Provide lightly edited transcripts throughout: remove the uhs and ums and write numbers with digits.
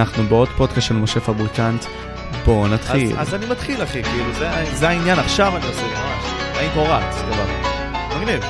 אנחנו בעוד פודקאסט של משה פבריקנט, בואו נתחיל. אז אני מתחיל, אחי, כאילו, זה העניין, עכשיו אני עושה ממש. אני פה רץ, דבר. מגניב.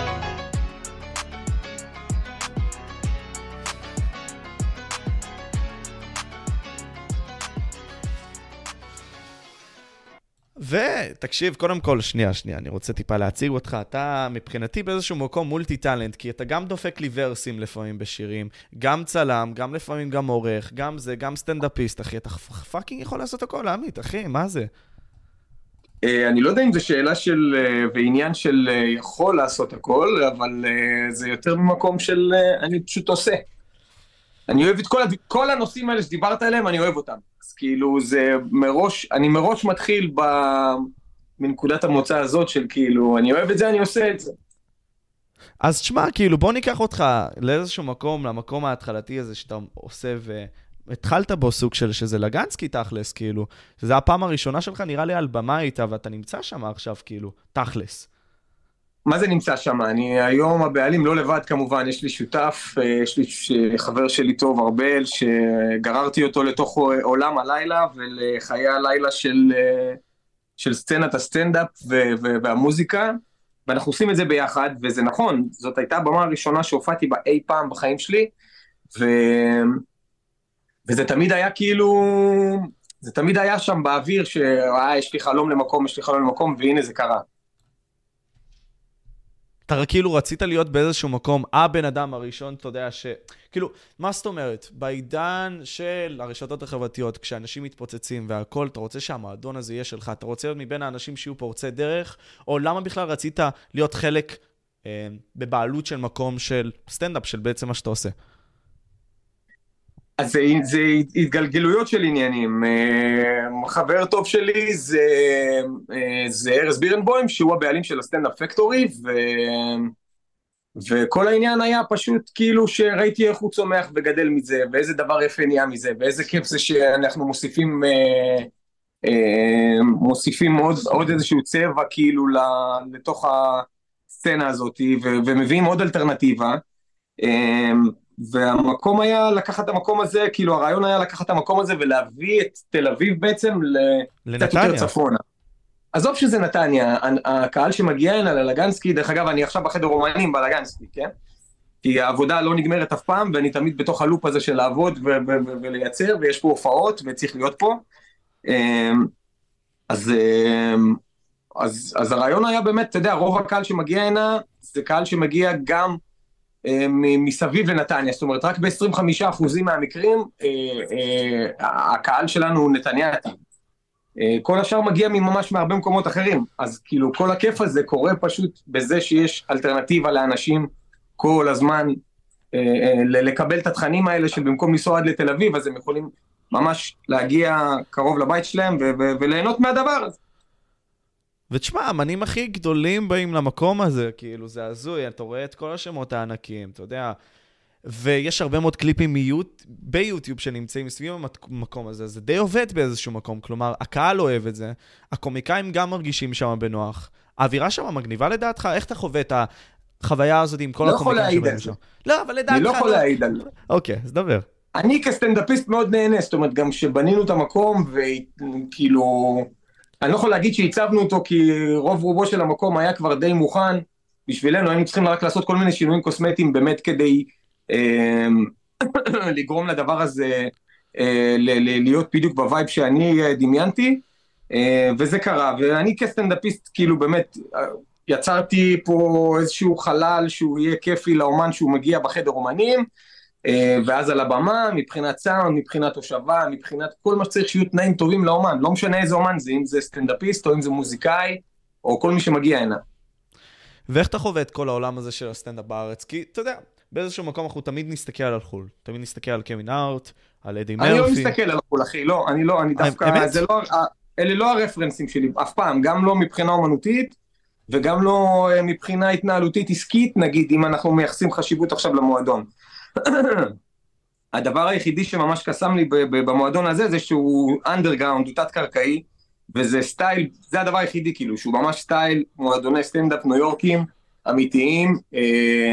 ותקשיב, קודם כל, שנייה, אני רוצה טיפה להציג אותך. אתה מבחינתי באיזשהו מקום מולטי טלנט, כי אתה גם דופק לי ורסים לפעמים בשירים, גם צלם, גם לפעמים גם עורך, גם זה, גם סטנדאפיסט, אחי. אתה פאקינג יכול לעשות הכל, עמית, אחי, מה זה? אני לא יודע אם זו שאלה של, ועניין של יכול לעשות הכל, אבל זה יותר ממקום של אני פשוט עושה. אני אוהב את כל הנושאים האלה שדיברת עליהם, אני אוהב אותם. אז כאילו זה מראש, אני מראש מתחיל מנקודת המוצא הזאת של כאילו, אני אוהב את זה, אני עושה את זה. אז תשמע, כאילו, בוא ניקח אותך לאיזשהו מקום, למקום ההתחלתי הזה שאתה עושה והתחלת בו סוג של שזה לגנסקי תכלס, כאילו. שזה הפעם הראשונה שלך, נראה לי על במה איתה, ואתה נמצא שם עכשיו, כאילו, תכלס. מה זה נמצא שם? אני היום הבעלים לא לבד כמובן, יש לי שותף, יש לי חבר שלי טוב, ארבל, שגררתי אותו לתוך עולם הלילה ולחיי הלילה של סצנת הסטנדאפ והמוזיקה, ואנחנו עושים את זה ביחד, וזה נכון, זאת הייתה הבמה הראשונה שהופעתי בה אי פעם בחיים שלי, וזה תמיד היה כאילו, זה תמיד היה שם באוויר, יש לי חלום למקום, יש לי חלום למקום, והנה זה קרה. אתה כאילו רצית להיות באיזשהו מקום, הבן אדם הראשון, אתה יודע כאילו, מה זאת אומרת? בעידן של הרשתות החברתיות, כשאנשים מתפוצצים והכל, אתה רוצה שהמועדון הזה יהיה שלך, אתה רוצה להיות מבין האנשים שיהיו פורצי דרך, או למה בכלל רצית להיות חלק בבעלות של מקום של סטנדאפ, של בעצם מה שאתה עושה? אז זה התגלגלויות של עניינים. חבר טוב שלי זה ארז בירנבוים, שהוא הבעלים של הסטנדאפ פקטורי, וכל העניין היה פשוט כאילו שראיתי איך הוא צומח וגדל מזה, ואיזה דבר יפה נהיה מזה, ואיזה כיף זה שאנחנו מוסיפים עוד איזשהו צבע כאילו לתוך הסצנה הזאת, ומביאים עוד אלטרנטיבה. והמקום היה לקחת את המקום הזה, כאילו הרעיון היה לקחת את המקום הזה ולהביא את תל אביב בעצם קצת יותר צפונה. עזוב שזה נתניה, הקהל שמגיע הנה ללגנסקי, דרך אגב אני עכשיו בחדר אומנים בלגנסקי, כן? כי העבודה לא נגמרת אף פעם, ואני תמיד בתוך הלופ הזה של לעבוד ולייצר, ויש פה הופעות וצריך להיות פה. אז הרעיון היה באמת, אתה יודע, רוב הקהל שמגיע הנה, זה קהל שמגיע גם מסביב לנתניה, זאת אומרת, רק ב-25% מהמקרים, הקהל שלנו הוא נתניאתי. כל השאר מגיע ממש מהרבה מקומות אחרים, אז כאילו כל הכיף הזה קורה פשוט בזה שיש אלטרנטיבה לאנשים כל הזמן, לקבל את התכנים האלה שבמקום לנסוע עד לתל אביב, אז הם יכולים ממש להגיע קרוב לבית שלהם וליהנות מהדבר הזה. ותשמע, המנים הכי גדולים באים למקום הזה, כאילו זה הזוי, אתה רואה את כל השמות הענקים, אתה יודע, ויש הרבה מאוד קליפים ביוטיוב שנמצאים סביב המקום הזה, זה די עובד באיזשהו מקום, כלומר, הקהל אוהב את זה, הקומיקאים גם מרגישים שם בנוח, האווירה שם מגניבה לדעתך, איך אתה חווה את החוויה הזאת עם כל הקומיקאים שבאים שם? לא, אבל לדעתך... אני לא יכול להעיד על זה. אוקיי, אז דבר. אני כסטנדאפיסט מאוד נהנה, זאת אומרת, גם שבנינו את המקום, וכאילו... אני לא יכול להגיד שהצבנו אותו, כי רוב רובו של המקום היה כבר די מוכן, בשבילנו היינו צריכים רק לעשות כל מיני שינויים קוסמטיים, באמת כדי לגרום לדבר הזה, להיות בדיוק בווייב שאני דמיינתי, וזה קרה, ואני כסטנדאפיסט כאילו באמת, יצרתי פה איזשהו חלל שהוא יהיה כיפי לאומן שהוא מגיע בחדר אומנים, ואז על הבמה, מבחינת סאונד, מבחינת הושבה, מבחינת כל מה שצריך שיהיו תנאים טובים לאומן, לא משנה איזה אומן זה, אם זה סטנדאפיסט או אם זה מוזיקאי, או כל מי שמגיע הנה. ואיך אתה חווה את כל העולם הזה של הסטנדאפ בארץ? כי אתה יודע, באיזשהו מקום אנחנו תמיד נסתכל על חול, תמיד נסתכל על קווין הארט, על אדי מרפי. אני לא מסתכל על חול, אחי, לא, אני דווקא, אלה לא הרפרנסים שלי, אף פעם, גם לא מבחינה אומנותית, וגם לא מבחינה התנהלותית עסקית, נגיד, אם אנחנו מייחסים חשיבות עכשיו למועדון. הדבר היחידי שממש קסם לי במועדון הזה, זה שהוא אנדרגראונד, הוא תת-קרקעי, וזה סטייל, זה הדבר היחידי כאילו, שהוא ממש סטייל מועדוני סטנדאפ ניו יורקים, אמיתיים,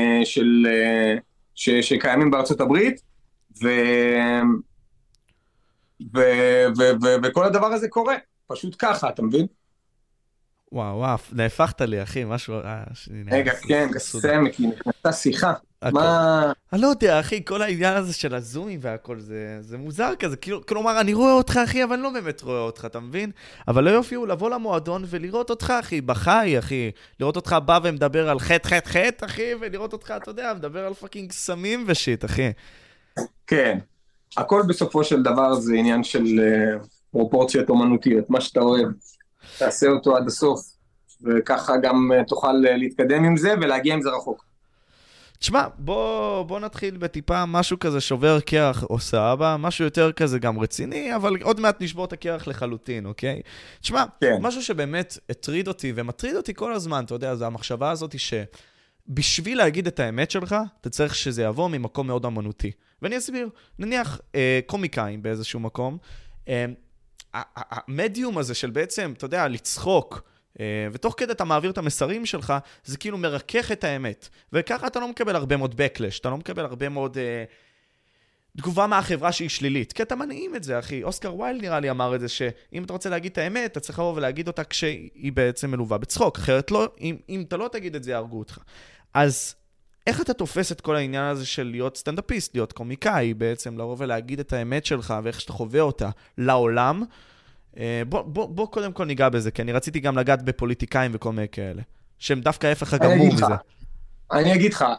שקיימים בארצות הברית, וכל הדבר הזה קורה, פשוט ככה, אתה מבין? וואו, נהפכת לי, אחי, משהו... רגע, כן, קסם, כי נכנסה שיחה. מה... אני לא יודע, אחי, כל העניין הזה של הזומים והכל, זה מוזר כזה. כלומר, אני רואה אותך, אחי, אבל אני לא באמת רואה אותך, אתה מבין? אבל לא יופי הוא לבוא למועדון ולראות אותך, אחי, בחי, אחי. לראות אותך בא ומדבר על חט, חט, חט, אחי, ולראות אותך, אתה יודע, מדבר על פאקינג סמים ושיט, אחי. כן. הכל בסופו של דבר זה עניין של פרופורציות אומנותיות. מה שאתה אוהב, תעשה אותו עד הסוף, וככה גם תוכל להתקדם עם זה ולהגיע עם זה רחוק. תשמע, בוא נתחיל בטיפה משהו כזה שובר קרח או סבא, משהו יותר כזה גם רציני, אבל עוד מעט נשבור את הקרח לחלוטין, אוקיי? תשמע, כן. משהו שבאמת הטריד אותי ומטריד אותי כל הזמן, אתה יודע, זה המחשבה הזאת שבשביל להגיד את האמת שלך, אתה צריך שזה יבוא ממקום מאוד אמנותי. ואני אסביר, נניח קומיקאים באיזשהו מקום, המדיום הזה של בעצם, אתה יודע, לצחוק, ותוך כדי אתה מעביר את המסרים שלך, זה כאילו מרכך את האמת. וככה אתה לא מקבל הרבה מאוד backlash, אתה לא מקבל הרבה מאוד תגובה מהחברה שהיא שלילית. כי אתה מנעים את זה, אחי. אוסקר ויילד נראה לי אמר את זה, שאם אתה רוצה להגיד את האמת, אתה צריך לבוא ולהגיד אותה כשהיא בעצם מלווה בצחוק. אחרת לא, אם אתה לא תגיד את זה, יהרגו אותך. אז איך אתה תופס את כל העניין הזה של להיות סטנדאפיסט, להיות קומיקאי, בעצם לבוא ולהגיד את האמת שלך, ואיך שאתה חווה אותה לעולם? בוא קודם כל ניגע בזה, כי אני רציתי גם לגעת בפוליטיקאים וכל מיני כאלה, שהם דווקא ההפך הגמור מזה. אני אגיד לך,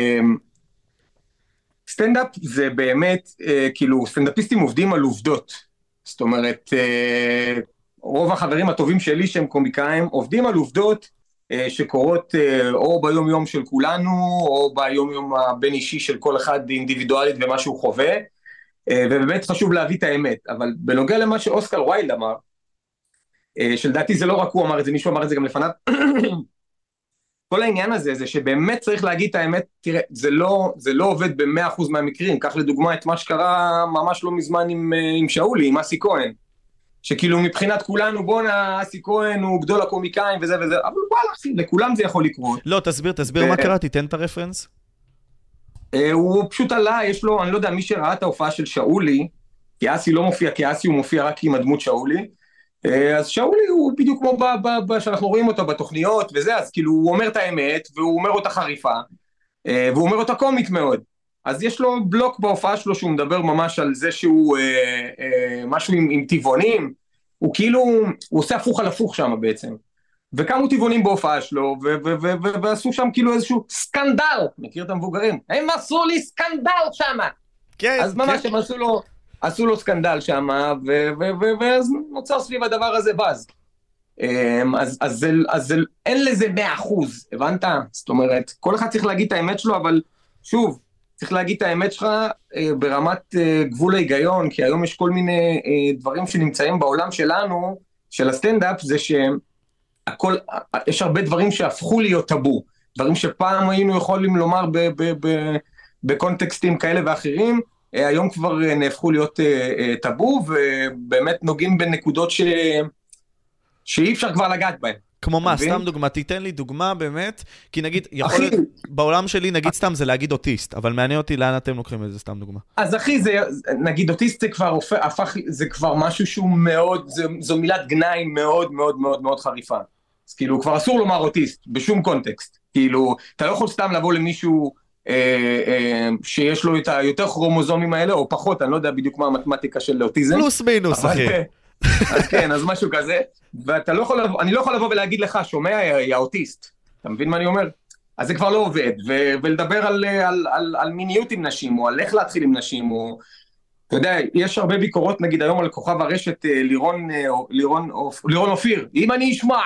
סטנדאפ זה באמת, כאילו, סטנדאפיסטים עובדים על עובדות. זאת אומרת, רוב החברים הטובים שלי שהם קומיקאים, עובדים על עובדות שקורות או ביום יום של כולנו, או ביום יום הבין אישי של כל אחד אינדיבידואלית ומה שהוא חווה, ובאמת חשוב להביא את האמת. אבל בנוגע למה שאוסקר ויילד אמר, שלדעתי זה לא רק הוא אמר את זה, מישהו אמר את זה גם לפניו, כל העניין הזה זה שבאמת צריך להגיד את האמת. תראה, זה לא עובד ב100% מהמקרים. קח לדוגמה את מה שקרה ממש לא מזמן עם שאולי, עם אסי כהן, שכאילו מבחינת כולנו, בונה, אסי כהן הוא גדול הקומיקאים וזה וזה, אבל וואלה, אחי, לכולם זה יכול לקרות. לא, תסביר מה קרה, תיתן את הרפרנס. הוא פשוט עלה, יש לו, אני לא יודע, מי שראה את ההופעה של שאולי, כי אסי לא מופיע, כי אסי הוא מופיע רק עם הדמות שאולי, אז שאולי הוא בדיוק כמו שאנחנו רואים אותו בתוכניות וזה, אז כאילו הוא אומר את האמת, והוא אומר אותה חריפה, והוא אומר אותה קומית מאוד. אז יש לו בלוק בהופעה שלו שהוא מדבר ממש על זה שהוא משהו עם טבעונים, הוא כאילו, הוא עושה הפוך על הפוך שם בעצם. וקמו טבעונים בהופעה שלו, ועשו שם כאילו איזשהו סקנדל, מכיר את המבוגרים? הם עשו לי סקנדל שם! כן, אז ממש הם עשו לו סקנדל שם, ואז נוצר סביב הדבר הזה בז. אז אין לזה 100%, הבנת? זאת אומרת, כל אחד צריך להגיד את האמת שלו, אבל שוב, צריך להגיד את האמת שלך ברמת גבול ההיגיון, כי היום יש כל מיני דברים שנמצאים בעולם שלנו, של הסטנדאפ, זה שהכל, יש הרבה דברים שהפכו להיות טאבו, דברים שפעם היינו יכולים לומר בקונטקסטים כאלה ואחרים, היום כבר נהפכו להיות טאבו, ובאמת נוגעים בנקודות שאי אפשר כבר לגעת בהן. כמו מה? סתם דוגמה, תיתן לי דגמה באמת, כי נגיד, יכול להיות, בעולם שלי נגיד סתם זה להגיד אוטיסט, אבל מעניין אותי לאן אתם לוקחים את זה, סתם דוגמה. אז אחי, נגיד אוטיסט זה כבר הפך, זה כבר משהו שהוא מאוד, זו מילת גנאי מאוד מאוד מאוד מאוד חריפה. אז כאילו, כבר אסור לומר אוטיסט, בשום קונטקסט. כאילו, אתה לא יכול סתם לבוא למישהו שיש לו את היותר כרומוזומים האלה, או פחות, אני לא יודע בדיוק מה המתמטיקה של אוטיזם. פלוס מינוס, אחי. אז כן, אז משהו כזה, אני לא יכול לבוא ולהגיד לך, שומע, יא אוטיסט, אתה מבין מה אני אומר? אז זה כבר לא עובד, ולדבר על מיניות עם נשים, או על איך להתחיל עם נשים, או, אתה יודע, יש הרבה ביקורות, נגיד היום על כוכב הרשת, לירון אופיר, אם אני אשמע,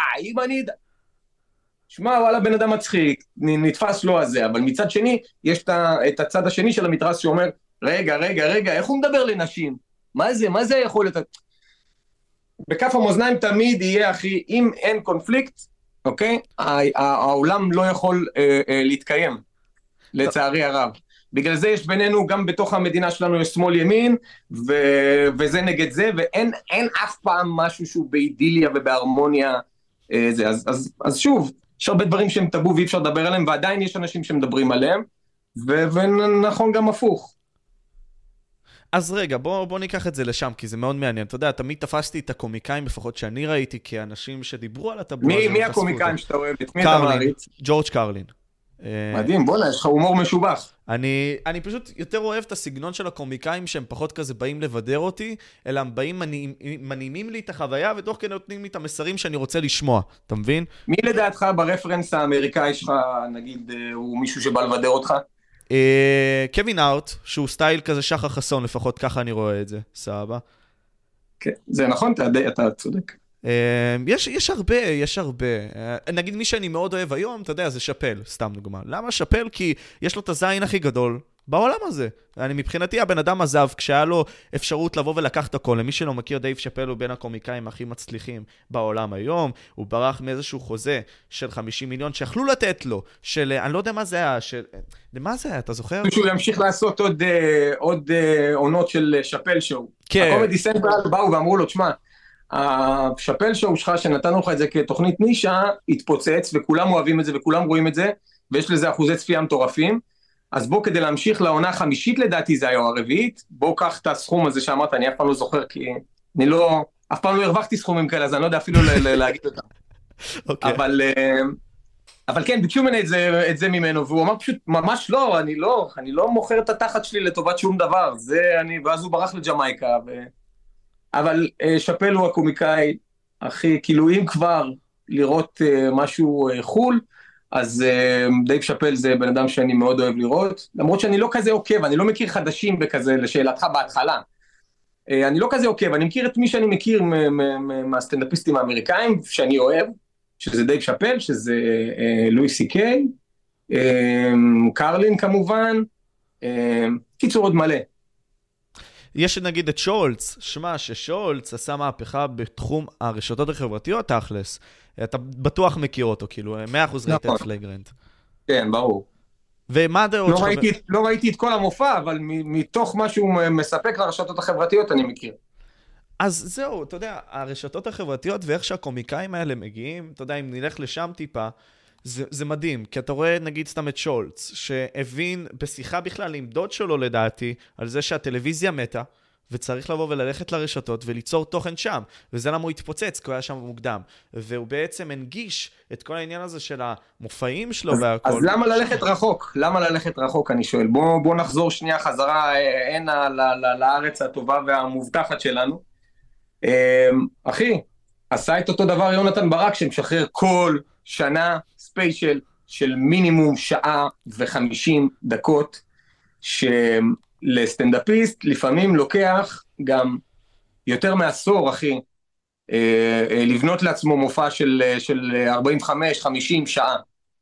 שמע, וואלה, בן אדם מצחיק, נתפס לו הזה, אבל מצד שני, יש את הצד השני של המתרס שאומר, רגע, איך הוא מדבר לנשים? מה זה היכולת? בכף המאזניים תמיד יהיה, אחי, אם אין קונפליקט, אוקיי? העולם לא יכול להתקיים, לצערי הרב. בגלל זה יש בינינו, גם בתוך המדינה שלנו יש שמאל ימין, וזה נגד זה, ואין אף פעם משהו שהוא באידיליה ובהרמוניה. אז שוב, יש הרבה דברים שהם טאבו ואי אפשר לדבר עליהם, ועדיין יש אנשים שמדברים עליהם, ונכון גם הפוך. אז רגע, בוא ניקח את זה לשם, כי זה מאוד מעניין. אתה יודע, תמיד תפסתי את הקומיקאים, לפחות שאני ראיתי, כאנשים שדיברו על הטבוע הזה. מי הקומיקאים שאתה אוהב? את מי אתה מעריץ? ג'ורג' קרלין. מדהים, בוא'נה, יש לך הומור משובח. אני פשוט יותר אוהב את הסגנון של הקומיקאים, שהם פחות כזה באים לבדר אותי, אלא הם באים, מנעימים לי את החוויה, ותוך כדי נותנים לי את המסרים שאני רוצה לשמוע. אתה מבין? מי לדעתך ברפרנס האמריקאי שלך, נגיד, הוא מישהו שבא לבדר אותך? קווין הארט, שהוא סטייל כזה שחר חסון, לפחות ככה אני רואה את זה, סבבה. כן, זה נכון, אתה צודק. יש הרבה. נגיד מי שאני מאוד אוהב היום, אתה יודע, זה שאפל, סתם דוגמה. למה שאפל? כי יש לו את הזין הכי גדול בעולם הזה. מבחינתי הבן אדם עזב, כשהיה לו אפשרות לבוא ולקח את הכל. למי שלא מכיר, דייב שאפל הוא בין הקומיקאים הכי מצליחים בעולם היום. הוא ברח מאיזשהו חוזה של 50 מיליון שיכלו לתת לו, אני לא יודע מה זה היה, מה זה היה, אתה זוכר? שהוא ימשיך לעשות עוד עונות של שאפל שואו. כן. הקומדי סנטרל באו ואמרו לו, תשמע, השאפל שואו שלך שנתנו לך את זה כתוכנית נישה, התפוצץ וכולם אוהבים את זה וכולם רואים את זה, ויש לזה אחוזי צפייה מטורפים, אז בוא כדי להמשיך לעונה החמישית לדעתי זה היה הרביעית, בוא קח את הסכום הזה שאמרת, אני אף פעם לא זוכר כי אני לא, אף פעם לא הרווחתי סכומים כאלה, אז אני לא יודע אפילו להגיד אותם. אבל כן, ביקשו ממני את זה ממנו, והוא אמר פשוט, ממש לא, אני לא מוכר את התחת שלי לטובת שום דבר, ואז הוא ברח לג'מייקה, אבל שאפל הוא הקומיקאי הכי, כאילו אם כבר לראות משהו חול, אז דייב שאפל זה בן אדם שאני מאוד אוהב לראות, למרות שאני לא כזה עוקב, אני לא מכיר חדשים בכזה, לשאלתך בהתחלה. אני לא כזה עוקב, אני מכיר את מי שאני מכיר מהסטנדאפיסטים האמריקאים, שאני אוהב, שזה דייב שאפל, שזה לואי סי קיי, קרלין כמובן, קיצור עוד מלא. יש נגיד את שולץ, שמע ששולץ עשה מהפכה בתחום הרשתות החברתיות תכלס. אתה בטוח מכיר אותו, כאילו, 100% ראית את פלייגרנט. כן, ברור. ומה הדעות שלך? לא ראיתי את כל המופע, אבל מתוך מה שהוא מספק לרשתות החברתיות אני מכיר. אז זהו, אתה יודע, הרשתות החברתיות ואיך שהקומיקאים האלה מגיעים, אתה יודע, אם נלך לשם טיפה, זה מדהים, כי אתה רואה נגיד סתם את שולץ, שהבין בשיחה בכלל עם דוד שלו לדעתי, על זה שהטלוויזיה מתה, וצריך לבוא וללכת לרשתות וליצור תוכן שם, וזה למה הוא התפוצץ, כי הוא היה שם מוקדם, והוא בעצם הנגיש את כל העניין הזה של המופעים שלו והכל. אז למה ללכת רחוק? למה ללכת רחוק, אני שואל? בוא נחזור שנייה חזרה הנה לארץ הטובה והמובטחת שלנו. אחי, עשה את אותו דבר יונתן ברק, שמשחרר כל שנה ספיישל של מינימום שעה ו50 דקות, שלסטנדאפיסט לפעמים לוקח גם יותר מעשור, אחי, לבנות לעצמו מופע של 45-50 שעה.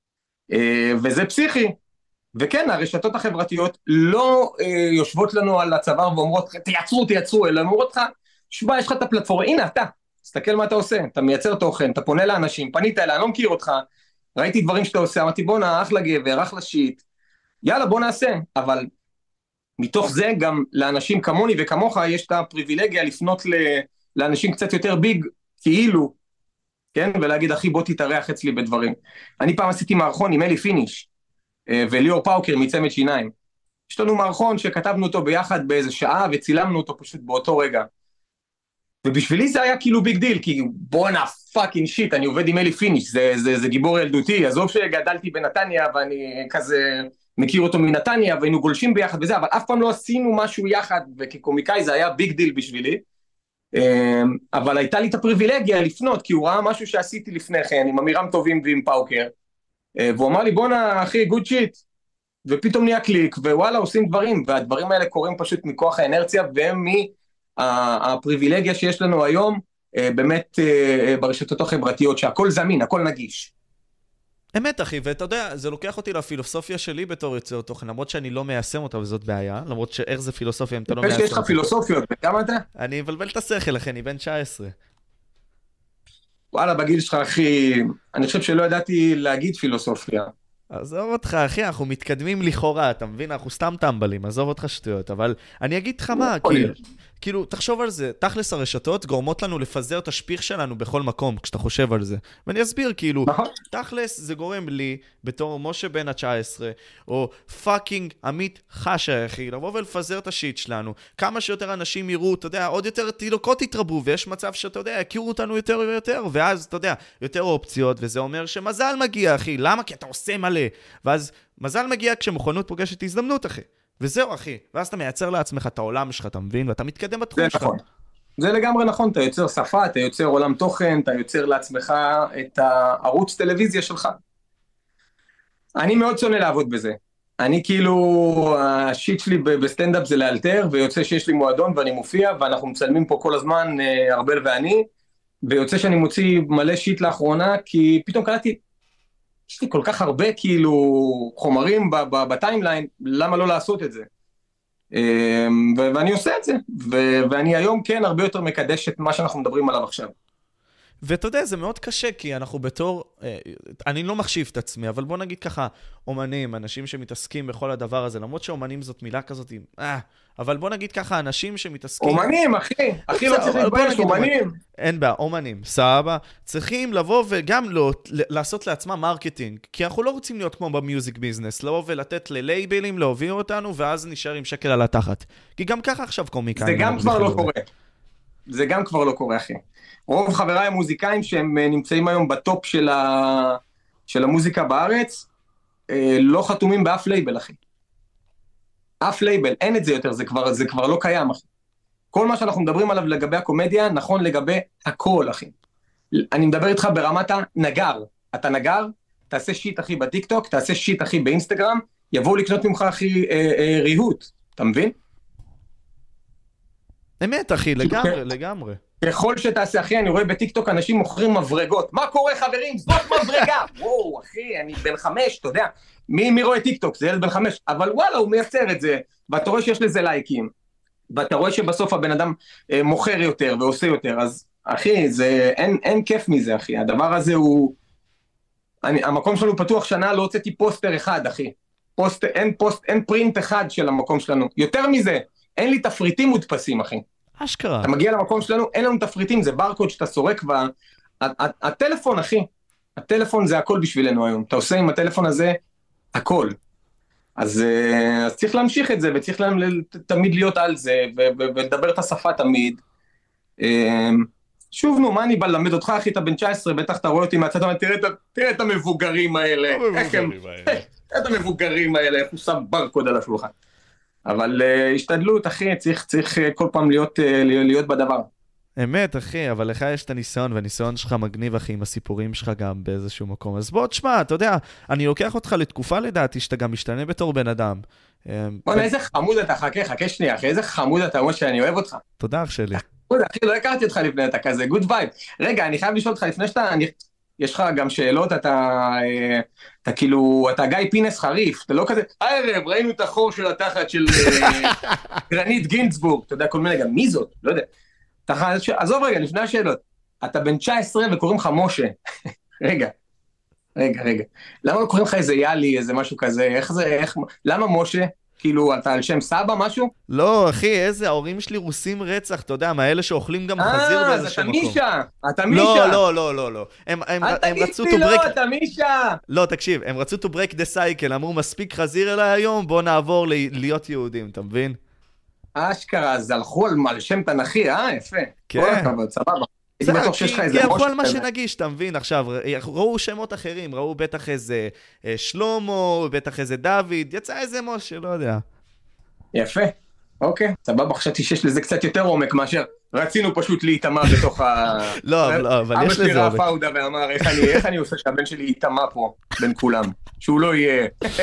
וזה פסיכי. וכן, הרשתות החברתיות לא יושבות לנו על הצוואר ואומרות, תייצרו, אלא אומרות לך, שבה, יש לך את הפלטפורמה, הנה אתה, תסתכל מה אתה עושה, אתה מייצר תוכן, אתה פונה לאנשים, פנית אליי, אני לא מכיר אותך, ראיתי דברים שאתה עושה, אמרתי בוא אחלה גבר, אחלה שיט, יאללה בוא נעשה, אבל מתוך זה גם לאנשים כמוני וכמוך יש את הפריבילגיה לפנות לאנשים קצת יותר ביג, כאילו, כן, ולהגיד אחי בוא תתארח אצלי בדברים. אני פעם עשיתי מערכון עם אלי פיניש, וליאור פאוקר מצמד שיניים, יש לנו מערכון שכתבנו אותו ביחד באיזה שעה, וצילמנו אותו פשוט באותו רגע, ובשבילי זה היה כאילו ביג דיל, כי בואנה פאקינג שיט, אני עובד עם אלי פיניש, זה גיבור ילדותי, עזוב שגדלתי בנתניה, ואני כזה מכיר אותו מנתניה, והיינו גולשים ביחד וזה, אבל אף פעם לא עשינו משהו יחד, וכקומיקאי זה היה ביג דיל בשבילי, אבל הייתה לי את הפריבילגיה לפנות, כי הוא ראה משהו שעשיתי לפני כן, עם אמירם טובים ועם פאוקר, והוא אמר לי בואנה אחי גוד שיט, ופתאום נהיה קליק, ווואלה עושים דברים, והדברים האלה קורים פשוט מכוח האנרציה, והם הפריבילגיה שיש לנו היום, באמת ברשתות החברתיות, שהכל זמין, הכל נגיש. אמת אחי, ואתה יודע, זה לוקח אותי לפילוסופיה שלי בתור יוצר תוכן, למרות שאני לא מיישם אותה וזאת בעיה, למרות שאיך זה פילוסופיה אם אתה לא מיישם אותה. יש לך פילוסופיות, וכמה אתה? אני מבלבל את השכל אחי, אני בן 19. וואלה, בגיל שלך אחי, אני חושב שלא ידעתי להגיד פילוסופיה. עזוב אותך אחי, אנחנו מתקדמים לכאורה, אתה מבין? אנחנו סתם טמבלים, עזוב אותך שטויות, אבל אני אגיד לך מה, כאילו, תחשוב על זה, תכלס הרשתות גורמות לנו לפזר את השפיך שלנו בכל מקום, כשאתה חושב על זה. ואני אסביר, כאילו, תכלס זה גורם לי, בתור משה בן ה-19, או פאקינג עמית חשה, אחי, לבוא ולפזר את השיט שלנו. כמה שיותר אנשים יראו, אתה יודע, עוד יותר תינוקות יתרבו, ויש מצב שאתה יודע, יכירו אותנו יותר ויותר, ואז, אתה יודע, יותר אופציות, וזה אומר שמזל מגיע, אחי. למה? כי אתה עושה מלא. ואז מזל מגיע כשמכונות פוגשת הזדמנות, אחי. וזהו, אחי. ואז אתה מייצר לעצמך את העולם שלך, אתה מבין? ואתה מתקדם בתחום שלך. נכון. זה לגמרי נכון, אתה יוצר שפה, אתה יוצר עולם תוכן, אתה יוצר לעצמך את הערוץ טלוויזיה שלך. אני מאוד שונא לעבוד בזה. אני כאילו, השיט שלי בסטנדאפ זה לאלתר, ויוצא שיש לי מועדון ואני מופיע, ואנחנו מצלמים פה כל הזמן, ארבל ואני, ויוצא שאני מוציא מלא שיט לאחרונה, כי פתאום קלטתי, יש לי כל כך הרבה כאילו חומרים בטיימליין, למה לא לעשות את זה? ואני עושה את זה, ואני היום כן הרבה יותר מקדש את מה שאנחנו מדברים עליו עכשיו. ואתה יודע, זה מאוד קשה, כי אנחנו בתור, אני לא מחשיב את עצמי, אבל בוא נגיד ככה, אומנים, אנשים שמתעסקים בכל הדבר הזה, למרות שאומנים זאת מילה כזאת, אבל בוא נגיד ככה, אנשים שמתעסקים... אומנים, אחי לא צריך להתבייש, אומנים. אין בעיה, אומנים, סבבה. צריכים לבוא וגם לעשות לעצמם מרקטינג, כי אנחנו לא רוצים להיות כמו במיוזיק ביזנס, לבוא ולתת ללייבלים, להוביל אותנו, ואז נשאר עם שקל על התחת. כי גם ככה עכשיו קומיקאים... זה גם כבר לא קורה, אחי. רוב חבריי המוזיקאים שהם נמצאים היום בטופ של המוזיקה בארץ, לא חתומים באף לייבל, אחי. אף לייבל, אין את זה יותר, זה כבר לא קיים, אחי. כל מה שאנחנו מדברים עליו לגבי הקומדיה, נכון לגבי הכל, אחי. אני מדבר איתך ברמת הנגר. אתה נגר, תעשה שיט, אחי, בטיקטוק, תעשה שיט, אחי, באינסטגרם, יבואו לקנות ממך, אחי, ריהוט. אתה מבין? אמת, אחי, לגמרי. ככל שתעשה, אחי, אני רואה בטיקטוק אנשים מוכרים מברגות. מה קורה, חברים? זאת מברגה! וואו, אחי, אני בן 5, אתה יודע. מי רואה טיקטוק? זה ילד בן 5. אבל וואלה, הוא מייצר את זה, ואתה רואה שיש לזה לייקים, ואתה רואה שבסוף הבן אדם מוכר יותר ועושה יותר, אז, אחי, אין כיף מזה, אחי. הדבר הזה הוא... המקום שלנו פתוח שנה, לא הוצאתי פוסטר אחד, אחי. אין פרינט אחד של המקום שלנו. יותר מזה, אין לי תפריטים מודפסים, אחי. אשכרה. אתה מגיע למקום שלנו, אין לנו תפריטים, זה ברקוד שאתה סורק, הטלפון, אחי, הטלפון זה הכל בשבילנו היום, אתה עושה עם הטלפון הזה הכל, אז צריך להמשיך את זה, וצריך תמיד להיות על זה, ולדבר את השפה תמיד. שוב, נו, מה אני בא ללמד אותך, אחי, אתה בן 19, בטח אתה רואה אותי מהצד, תראה את המבוגרים האלה, את המבוגרים האלה, איך הוא שם ברקוד על השולחן. אבל השתדלות, אחי, צריך כל פעם להיות בדבר. אמת, אחי, אבל לך יש את הניסיון, והניסיון שלך מגניב, אחי, עם הסיפורים שלך גם באיזשהו מקום. אז בוא, תשמע, אתה יודע, אני לוקח אותך לתקופה לדעתי, שאתה גם משתנה בתור בן אדם. בוא, איזה חמוד אתה, חכה שנייה, אחי, איזה חמוד אתה, אומר שאני אוהב אותך. תודה, אח שלי. אחי, לא הכרתי אותך לפני, אתה כזה, גוד וייב. רגע, אני חייב לשאול אותך לפני שאתה... יש לך גם שאלות, אתה כאילו, אתה גיא פינס חריף, אתה לא כזה, הערב, ראינו את החור של התחת של גרנית גינצבורג, אתה יודע, כל מיני, גם מי זאת, לא יודע. עזוב רגע, לפני השאלות, אתה בן 19 וקוראים לך משה, רגע, למה לא קוראים לך איזה יאלי, איזה משהו כזה, למה משה? כאילו, אתה על שם סבא, משהו? לא, אחי, ההורים שלי רוסים רצח, אתה יודע, מהאלה שאוכלים גם חזיר באיזשהו מקום. אז אתה מישה. לא. הם רצו to break... לא, אתה מישה. לא, תקשיב, הם רצו to break the cycle, אמרו, מספיק חזיר אליי היום, בוא נעבור להיות יהודים, אתה מבין? אשכרה, אז הלכו על שם תנכי, יפה. כן. כל הכבוד, סבבה. כי הלכו על מה שנגיש, אתה מבין? עכשיו, ראו שמות אחרים, ראו בטח איזה שלמה, בטח איזה דוד, יצא איזה משה, לא יודע. יפה, אוקיי, סבבה, חשבתי שיש לזה קצת יותר עומק מאשר רצינו פשוט להיטמע בתוך לא, אבל יש לזה עומק. אבא שלי ראה פאודה ואמר, איך אני עושה שהבן שלי ייטמע פה בין כולם, שהוא לא יהיה...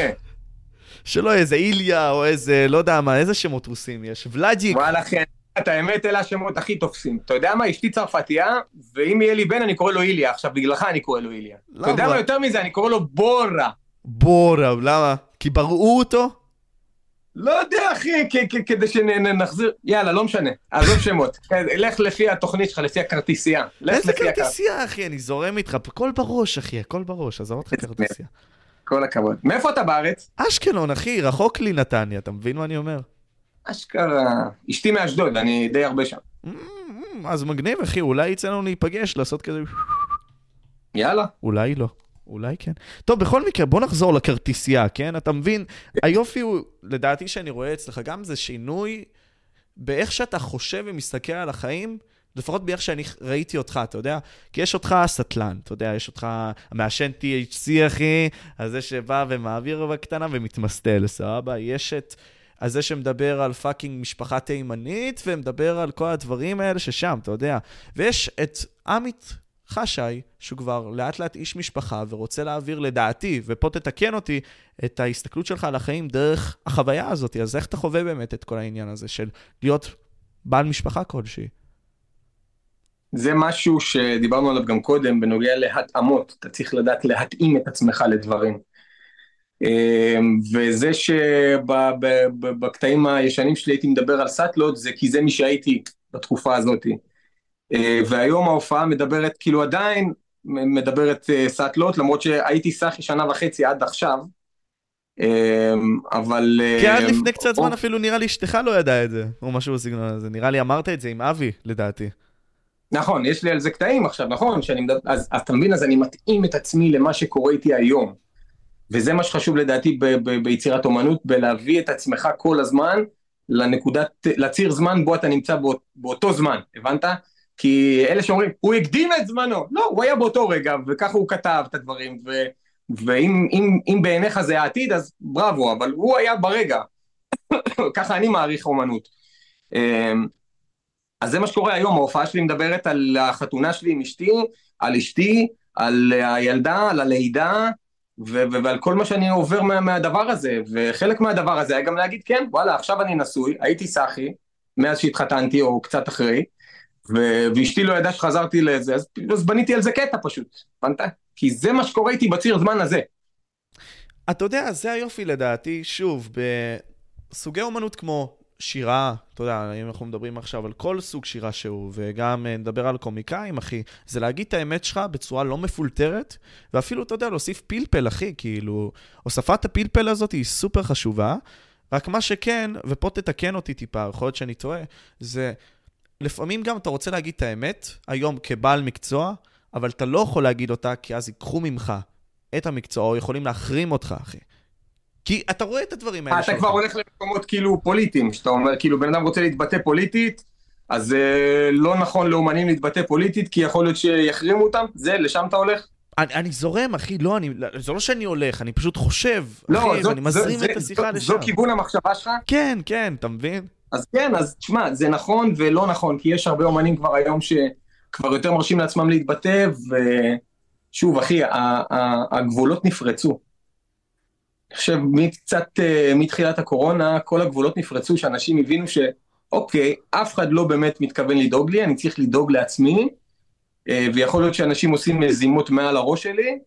שלא איזה איליה או איזה, לא יודע מה, איזה שמות רוסים יש, ולאג'יק. וואלה, כן. את האמת, אלה השמות הכי תופסים. אתה יודע מה? אשתי צרפתייה, ואם יהיה לי בן, אני קורא לו איליה. עכשיו, בגללך אני קורא לו איליה. אתה יודע מה? יותר מזה, אני קורא לו בורה. בורה, למה? כי בראו אותו? לא יודע, אחי, כדי שנחזיר... יאללה, לא משנה. עזוב שמות. לך לפי התוכנית שלך, לפי הכרטיסייה. איזה כרטיסייה, אחי? אני זורם איתך. הכל בראש, אחי, הכל בראש. עזוב אותך כרטיסייה. כל הכבוד. מאיפה אתה בארץ? אשקלון, אחי, רחוק לי נתניה. אתה מבין מה אני אומר? אשכרה, אשתי מאשדוד, אני די הרבה שם. אז מגניב, אחי, אולי יצא לנו להיפגש, לעשות כזה... יאללה. אולי לא, אולי כן. טוב, בכל מקרה, בוא נחזור לכרטיסייה, כן? אתה מבין, היופי הוא, לדעתי שאני רואה אצלך גם, זה שינוי באיך שאתה חושב ומסתכל על החיים, לפחות באיך שאני ראיתי אותך, אתה יודע? כי יש אותך סטלן, אתה יודע, יש אותך המעשן THC, אחי, הזה שבא ומעביר בקטנה ומתמסטל, סבבה? יש את הזה שמדבר על פאקינג משפחה תימנית, ומדבר על כל הדברים האלה ששם, אתה יודע? ויש את עמית חשאי, שהוא כבר לאט לאט איש משפחה, ורוצה להעביר לדעתי, ופה תתקן אותי, את ההסתכלות שלך על החיים דרך החוויה הזאת. אז איך אתה חווה באמת את כל העניין הזה של להיות בעל משפחה כלשהי? זה משהו שדיברנו עליו גם קודם, בנוגע להתאמות. אתה צריך לדעת להתאים את עצמך לדברים. וזה שבקטעים הישנים שלי הייתי מדבר על סאטלות, זה כי זה מי שהייתי בתקופה הזאת. והיום ההופעה מדברת, כאילו עדיין מדברת סאטלות, למרות שהייתי סאחי 1.5 שנה עד עכשיו. אבל... כי עד לפני קצת זמן אפילו נראה לי אשתך לא ידע את זה, או משהו בסגנון הזה. נראה לי אמרת את זה עם אבי, לדעתי. נכון, יש לי על זה קטעים עכשיו, נכון? אז אתה מבין, אז אני מתאים את עצמי למה שקורה איתי היום. וזה מה שחשוב לדעתי ביצירת אומנות, בלהביא את עצמך כל הזמן לציר זמן בו אתה נמצא באותו זמן, הבנת? כי אלה שאומרים, הוא הקדים את זמנו, לא, הוא היה באותו רגע, וככה הוא כתב את הדברים, ואם בעיניך זה העתיד, אז בראבו, אבל הוא היה ברגע. ככה אני מעריך אומנות. אז זה מה שקורה היום, ההופעה שלי מדברת על החתונה שלי עם אשתי, על אשתי, על הילדה, על הלידה, ועל כל מה שאני עובר מהדבר הזה, וחלק מהדבר הזה היה גם להגיד, כן, וואלה, עכשיו אני נשוי, הייתי סאחי, מאז שהתחתנתי או קצת אחרי, ואשתי לא ידעה שחזרתי לזה, אז בניתי על זה קטע פשוט, הבנת? כי זה מה שקורה איתי בציר זמן הזה. אתה יודע, זה היופי לדעתי, שוב, בסוגי אומנות כמו שירה, אתה יודע, אם אנחנו מדברים עכשיו על כל סוג שירה שהוא, וגם נדבר על קומיקאים, אחי, זה להגיד את האמת שלך בצורה לא מפולטרת, ואפילו, אתה יודע, להוסיף פלפל, אחי, כאילו, הוספת הפלפל הזאת היא סופר חשובה, רק מה שכן, ופה תתקן אותי טיפה, יכול להיות שאני טועה, זה, לפעמים גם אתה רוצה להגיד את האמת, היום כבעל מקצוע, אבל אתה לא יכול להגיד אותה, כי אז ייקחו ממך את המקצוע, או יכולים להחרים אותך, אחי. כי אתה רואה את הדברים האלה. אתה כבר הולך למקומות כאילו פוליטיים, שאתה אומר, כאילו בן אדם רוצה להתבטא פוליטית, אז לא נכון לאומנים להתבטא פוליטית, כי יכול להיות שיחרימו אותם, זה, לשם אתה הולך? אני זורם, אחי, לא, זה לא שאני הולך, אני פשוט חושב, לא, אחי, ואני מזרים את השיחה לשם. זו כיוון המחשבה שלך? כן, כן, אתה מבין? אז כן, אז תשמע, זה נכון ולא נכון, כי יש הרבה אומנים כבר היום שכבר יותר מרשים לעצמם להתבטא, ושוב, אחי, הגבולות נפרצו. אני חושב, מתחילת הקורונה, כל הגבולות נפרצו, שאנשים הבינו שאוקיי, אף אחד לא באמת מתכוון לדאוג לי, אני צריך לדאוג לעצמי, ויכול להיות שאנשים עושים מזימות מעל הראש שלי,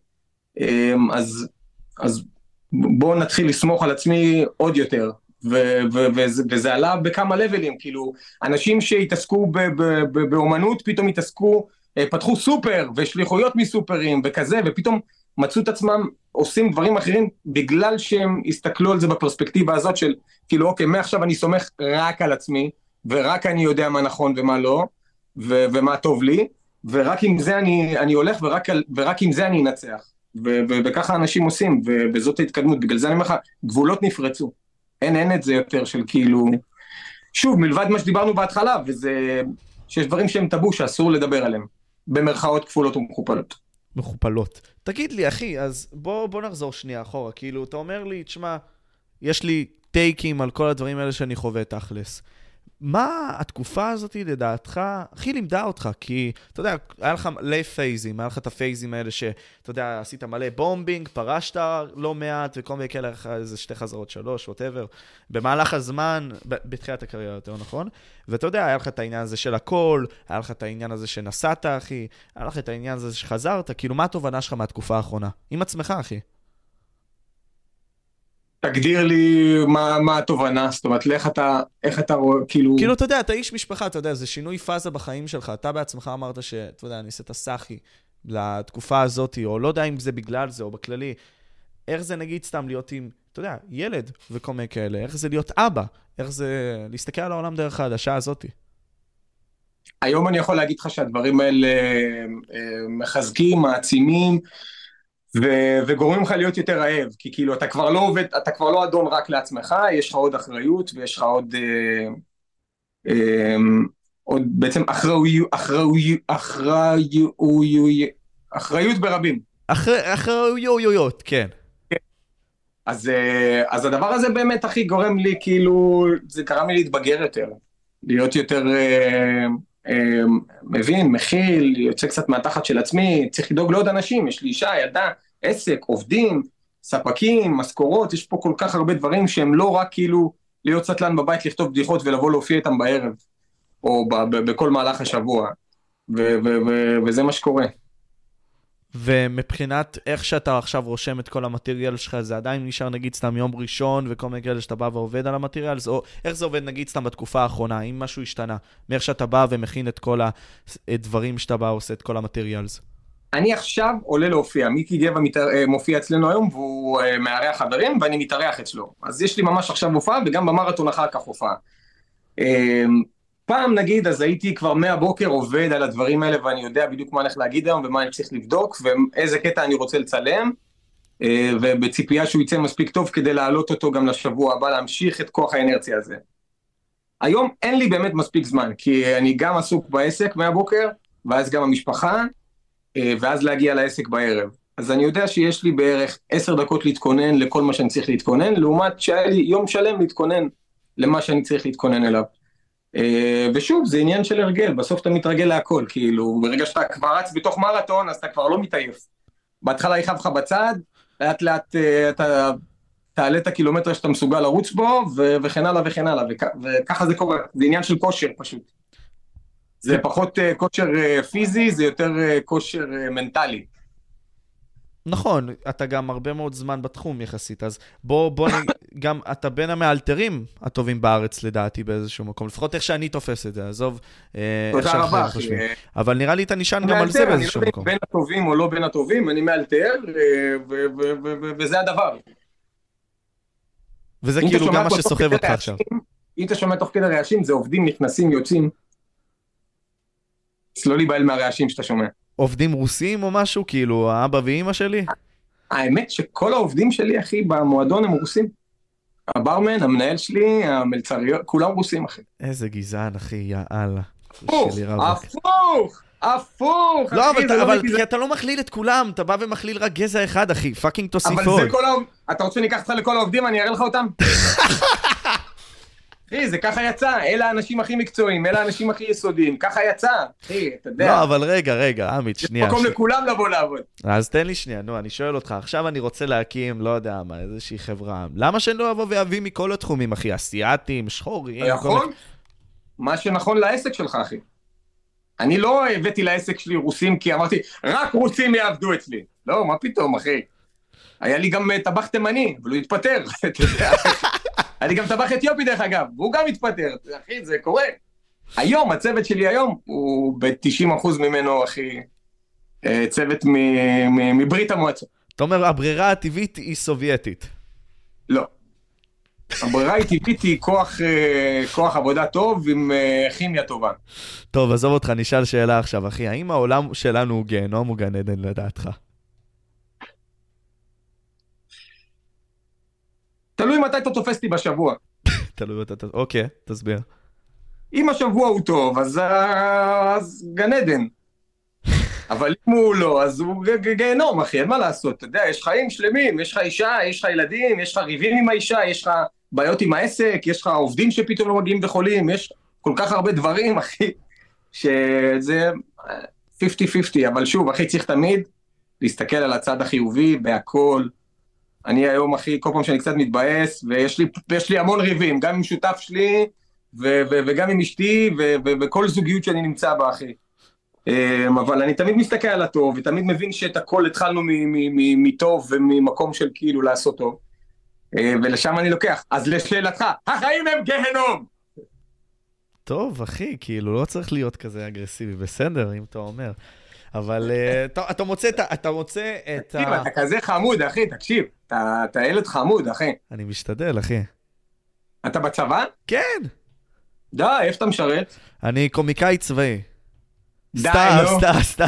אז בואו נתחיל לסמוך על עצמי עוד יותר, וזה עלה בכמה לבלים, כאילו, אנשים שהתעסקו באומנות, פתאום התעסקו, פתחו סופר, ושליחויות מסופרים, וכזה, ופתאום מצאו את עצמם, עושים דברים אחרים, בגלל שהם הסתכלו על זה בפרספקטיבה הזאת של, כאילו, אוקיי, מעכשיו אני סומך רק על עצמי, ורק אני יודע מה נכון ומה לא, ומה טוב לי, ורק עם זה אני הולך, ורק עם זה אני אנצח. וככה אנשים עושים, וזאת ההתקדמות. בגלל זה אני אומר לך, גבולות נפרצו. אין את זה יותר של כאילו... שוב, מלבד מה שדיברנו בהתחלה, וזה שיש דברים שהם טאבו, שאסור לדבר עליהם. במרכאות כפולות ומכופלות. מכופלות. תגיד לי, אחי, אז בוא נחזור שנייה אחורה. כאילו, אתה אומר לי, תשמע, יש לי טייקים על כל הדברים האלה שאני חווה תכלס. מה התקופה הזאת לדעתך הכי לימדה אותך? כי, אתה יודע, היה לך מלא פייזים, היה לך את הפייזים האלה שאתה יודע, עשית מלא בומבינג, פרשת לא מעט, וכל מיני כאלה, איזה 2 חזרות, 3, whatever, במהלך הזמן, בתחילת הקריירה יותר, נכון? ואתה יודע, היה לך את העניין הזה של הכל, היה לך את העניין הזה שנסעת, אחי, היה לך את העניין הזה שחזרת, כאילו, מה התובנה שלך מהתקופה האחרונה? עם עצמך, אחי. תגדיר לי מה התובנה, זאת אומרת, איך אתה רואה, כאילו... כאילו, אתה יודע, אתה איש משפחה, אתה יודע, זה שינוי פאזה בחיים שלך, אתה בעצמך אמרת שאתה יודע, אני אעשה את הסאחי לתקופה הזאת, או לא יודע אם זה בגלל זה, או בכללי, איך זה נגיד סתם להיות עם, אתה אתה יודע, ילד וכל מיני כאלה, איך זה להיות אבא, איך זה להסתכל על העולם דרך העדשה הזאת. היום אני יכול להגיד לך שהדברים האלה מחזקים, מעצימים, וגורמים לך להיות יותר רעב, כי כאילו אתה כבר לא עובד, אתה כבר לא אדון רק לעצמך, יש לך עוד אחריות, ויש לך עוד בעצם אחריות ברבים. אחריויות, כן. אז הדבר הזה באמת הכי גורם לי, כאילו, זה גרם לי להתבגר יותר, להיות יותר מבין, מכיל, יוצא קצת מהתחת של עצמי, צריך לדאוג לעוד אנשים, יש לי אישה, ילדה, עסק, עובדים, ספקים, משכורות, יש פה כל כך הרבה דברים שהם לא רק כאילו להיות סטלן בבית, לכתוב בדיחות ולבוא להופיע איתם בערב, או בכל מהלך השבוע, וזה מה שקורה. ומבחינת איך שאתה עכשיו רושם את כל המטריאל שלך, זה עדיין נשאר נגיד סתם יום ראשון וכל מיני כאלה שאתה בא ועובד על המטריאל, או איך זה עובד נגיד סתם בתקופה האחרונה, אם משהו השתנה, מאיך שאתה בא ומכין את כל הדברים שאתה בא ועושה את כל המטריאלס? אני עכשיו עולה להופיע, מיקי גבע מופיע אצלנו היום, והוא מארח חברים ואני מתארח אצלו. אז יש לי ממש עכשיו הופעה וגם במרתון אחר כך הופעה. פעם נגיד, אז הייתי כבר מהבוקר עובד על הדברים האלה, ואני יודע בדיוק מה הולך להגיד היום, ומה אני צריך לבדוק, ואיזה קטע אני רוצה לצלם, ובציפייה שהוא יצא מספיק טוב, כדי להעלות אותו גם לשבוע הבא, להמשיך את כוח האנרציה הזה. היום אין לי באמת מספיק זמן, כי אני גם עסוק בעסק מהבוקר, ואז גם המשפחה, ואז להגיע לעסק בערב. אז אני יודע שיש לי בערך 10 דקות להתכונן לכל מה שאני צריך להתכונן, לעומת שהיה לי יום שלם להתכונן למה שאני צריך להתכונן אליו. ושוב, זה עניין של הרגל, בסוף אתה מתרגל להכל, כאילו, ברגע שאתה כבר רץ בתוך מרתון, אז אתה כבר לא מתעייף. בהתחלה יחב לך בצד, לאט לאט אתה תעלה את הקילומטר שאתה מסוגל לרוץ בו, וכן הלאה וכן הלאה, וככה זה קורה, זה עניין של כושר פשוט. זה פחות כושר פיזי, זה יותר כושר מנטלי. נכון, אתה גם הרבה מאוד זמן בתחום יחסית, אז בוא גם אתה בין המאלתרים הטובים בארץ לדעתי באיזשהו מקום, לפחות איך שאני תופס את זה, עזוב. תודה רבה, אחי. אבל נראה לי אתה נשען גם על זה באיזשהו מקום. אני לא בין הטובים או לא בין הטובים, אני מאלתר, וזה הדבר. וזה כאילו גם מה שסוחב אותך עכשיו. אם אתה שומע תוך כדי רעשים, זה עובדים, נכנסים, יוצאים. לא להיבהל מהרעשים שאתה שומע. עובדים רוסים או משהו? כאילו, האבא ואמא שלי? האמת שכל העובדים שלי, אחי, במועדון הם רוסים. הברמן, המנהל שלי, המלצריות, כולם רוסים, אחי. איזה גזען, אחי, יאללה. הפוך, לא, אבל כי אתה לא מכליל את כולם, אתה בא ומכליל רק גזע אחד, אחי, פאקינג תוסיף עוד. אתה רוצה שניקח אותך לכל העובדים, אני אראה לך אותם? אחי, זה ככה יצא, אלה האנשים הכי מקצועיים, אלה האנשים הכי יסודיים, ככה יצא, אחי, אתה יודע. לא, אבל רגע, עמית, שנייה. יש מקום לכולם לבוא לעבוד. אז תן לי שנייה, אני שואל אותך, עכשיו אני רוצה להקים, לא יודע מה, איזושהי חברה, למה שאני לא אבוא ואביא מכל התחומים, אחי, אסיאטים, שחורים? יכול? מה שנכון לעסק שלך, אחי. אני לא הבאתי לעסק שלי רוסים, כי אמרתי, רק רוסים יעבדו אצלי. לא, מה פתאום, אחי? היה לי גם טבח תימני, אבל הוא התפטר, אתה יודע. אני גם טבח אתיופי דרך אגב, והוא גם התפטר, אחי, זה קורה. היום, הצוות שלי היום, הוא ב-90% ממנו, אחי, צוות מברית המועצות. אתה אומר, הברירה הטבעית היא סובייטית. לא. הברירה הטבעית היא כוח עבודה טוב עם כימיה טובה. טוב, עזוב אותך, נשאל שאלה עכשיו, אחי, האם העולם שלנו הוא גיהנום או גן עדן לדעתך? תלוי מתי אתה תופס אותי בשבוע. תלוי מתי, אוקיי, תסביר. אם השבוע הוא טוב, אז גן עדן. אבל אם הוא לא, אז הוא גיהנום, אחי, אין מה לעשות. אתה יודע, יש חיים שלמים, יש לך אישה, יש לך ילדים, יש לך ריבים עם האישה, יש לך בעיות עם העסק, יש לך עובדים שפתאום לא מגיעים וחולים, יש כל כך הרבה דברים, אחי, שזה 50-50, אבל שוב, אחי, צריך תמיד להסתכל על הצד החיובי בהכל. אני היום, אחי, כל פעם שאני קצת מתבאס, ויש לי המון ריבים, גם עם שותף שלי, וגם עם אשתי, וכל זוגיות שאני נמצא בה, אחי. אבל אני תמיד מסתכל על הטוב, ותמיד מבין שאת הכל התחלנו מטוב, וממקום של כאילו לעשות טוב. ולשם אני לוקח. אז לשאלתך, החיים הם גהנום! טוב, אחי, כאילו, לא צריך להיות כזה אגרסיבי, בסדר, אם אתה אומר. אבל אתה מוצא את תקשיב, אתה כזה חמוד, אחי, תקשיב. אתה ילד חמוד, אחי. אני משתדל, אחי. אתה בצבא? כן. די, איפה אתה משרת? אני קומיקאי צבאי. די, סתם.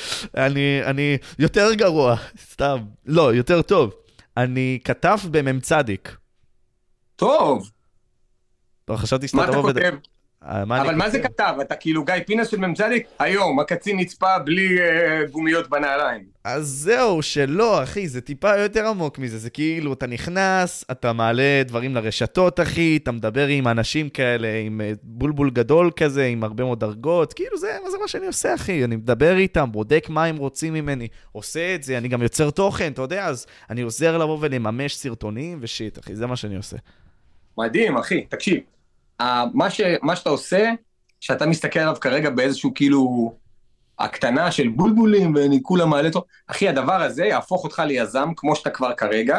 אני יותר גרוע. סתם. לא, יותר טוב. אני כתב בממצדיק. טוב. לא, חשבתי שאתה מה אתה כותב? אבל מה זה כתב? אתה כאילו גיא פינס של ממצדיק? היום, הקצין נצפה בלי גומיות בנעליים. אז זהו, שלא, אחי, זה טיפה יותר עמוק מזה. זה כאילו, אתה נכנס, אתה מעלה דברים לרשתות, אחי, אתה מדבר עם אנשים כאלה, עם בולבול גדול כזה, עם הרבה מאוד דרגות. כאילו, זה מה שאני עושה, אחי. אני מדבר איתם, בודק מה הם רוצים ממני, עושה את זה, אני גם יוצר תוכן, אתה יודע, אז אני עוזר לבוא ולממש סרטונים ושיט, אחי, זה מה שאני עושה. מדהים, אחי, תקשיב. מה שאתה עושה, שאתה מסתכל עליו כרגע באיזשהו כאילו הקטנה של בולבולים ואני כולה מעלה טוב, אחי, הדבר הזה יהפוך אותך ליזם כמו שאתה כבר כרגע,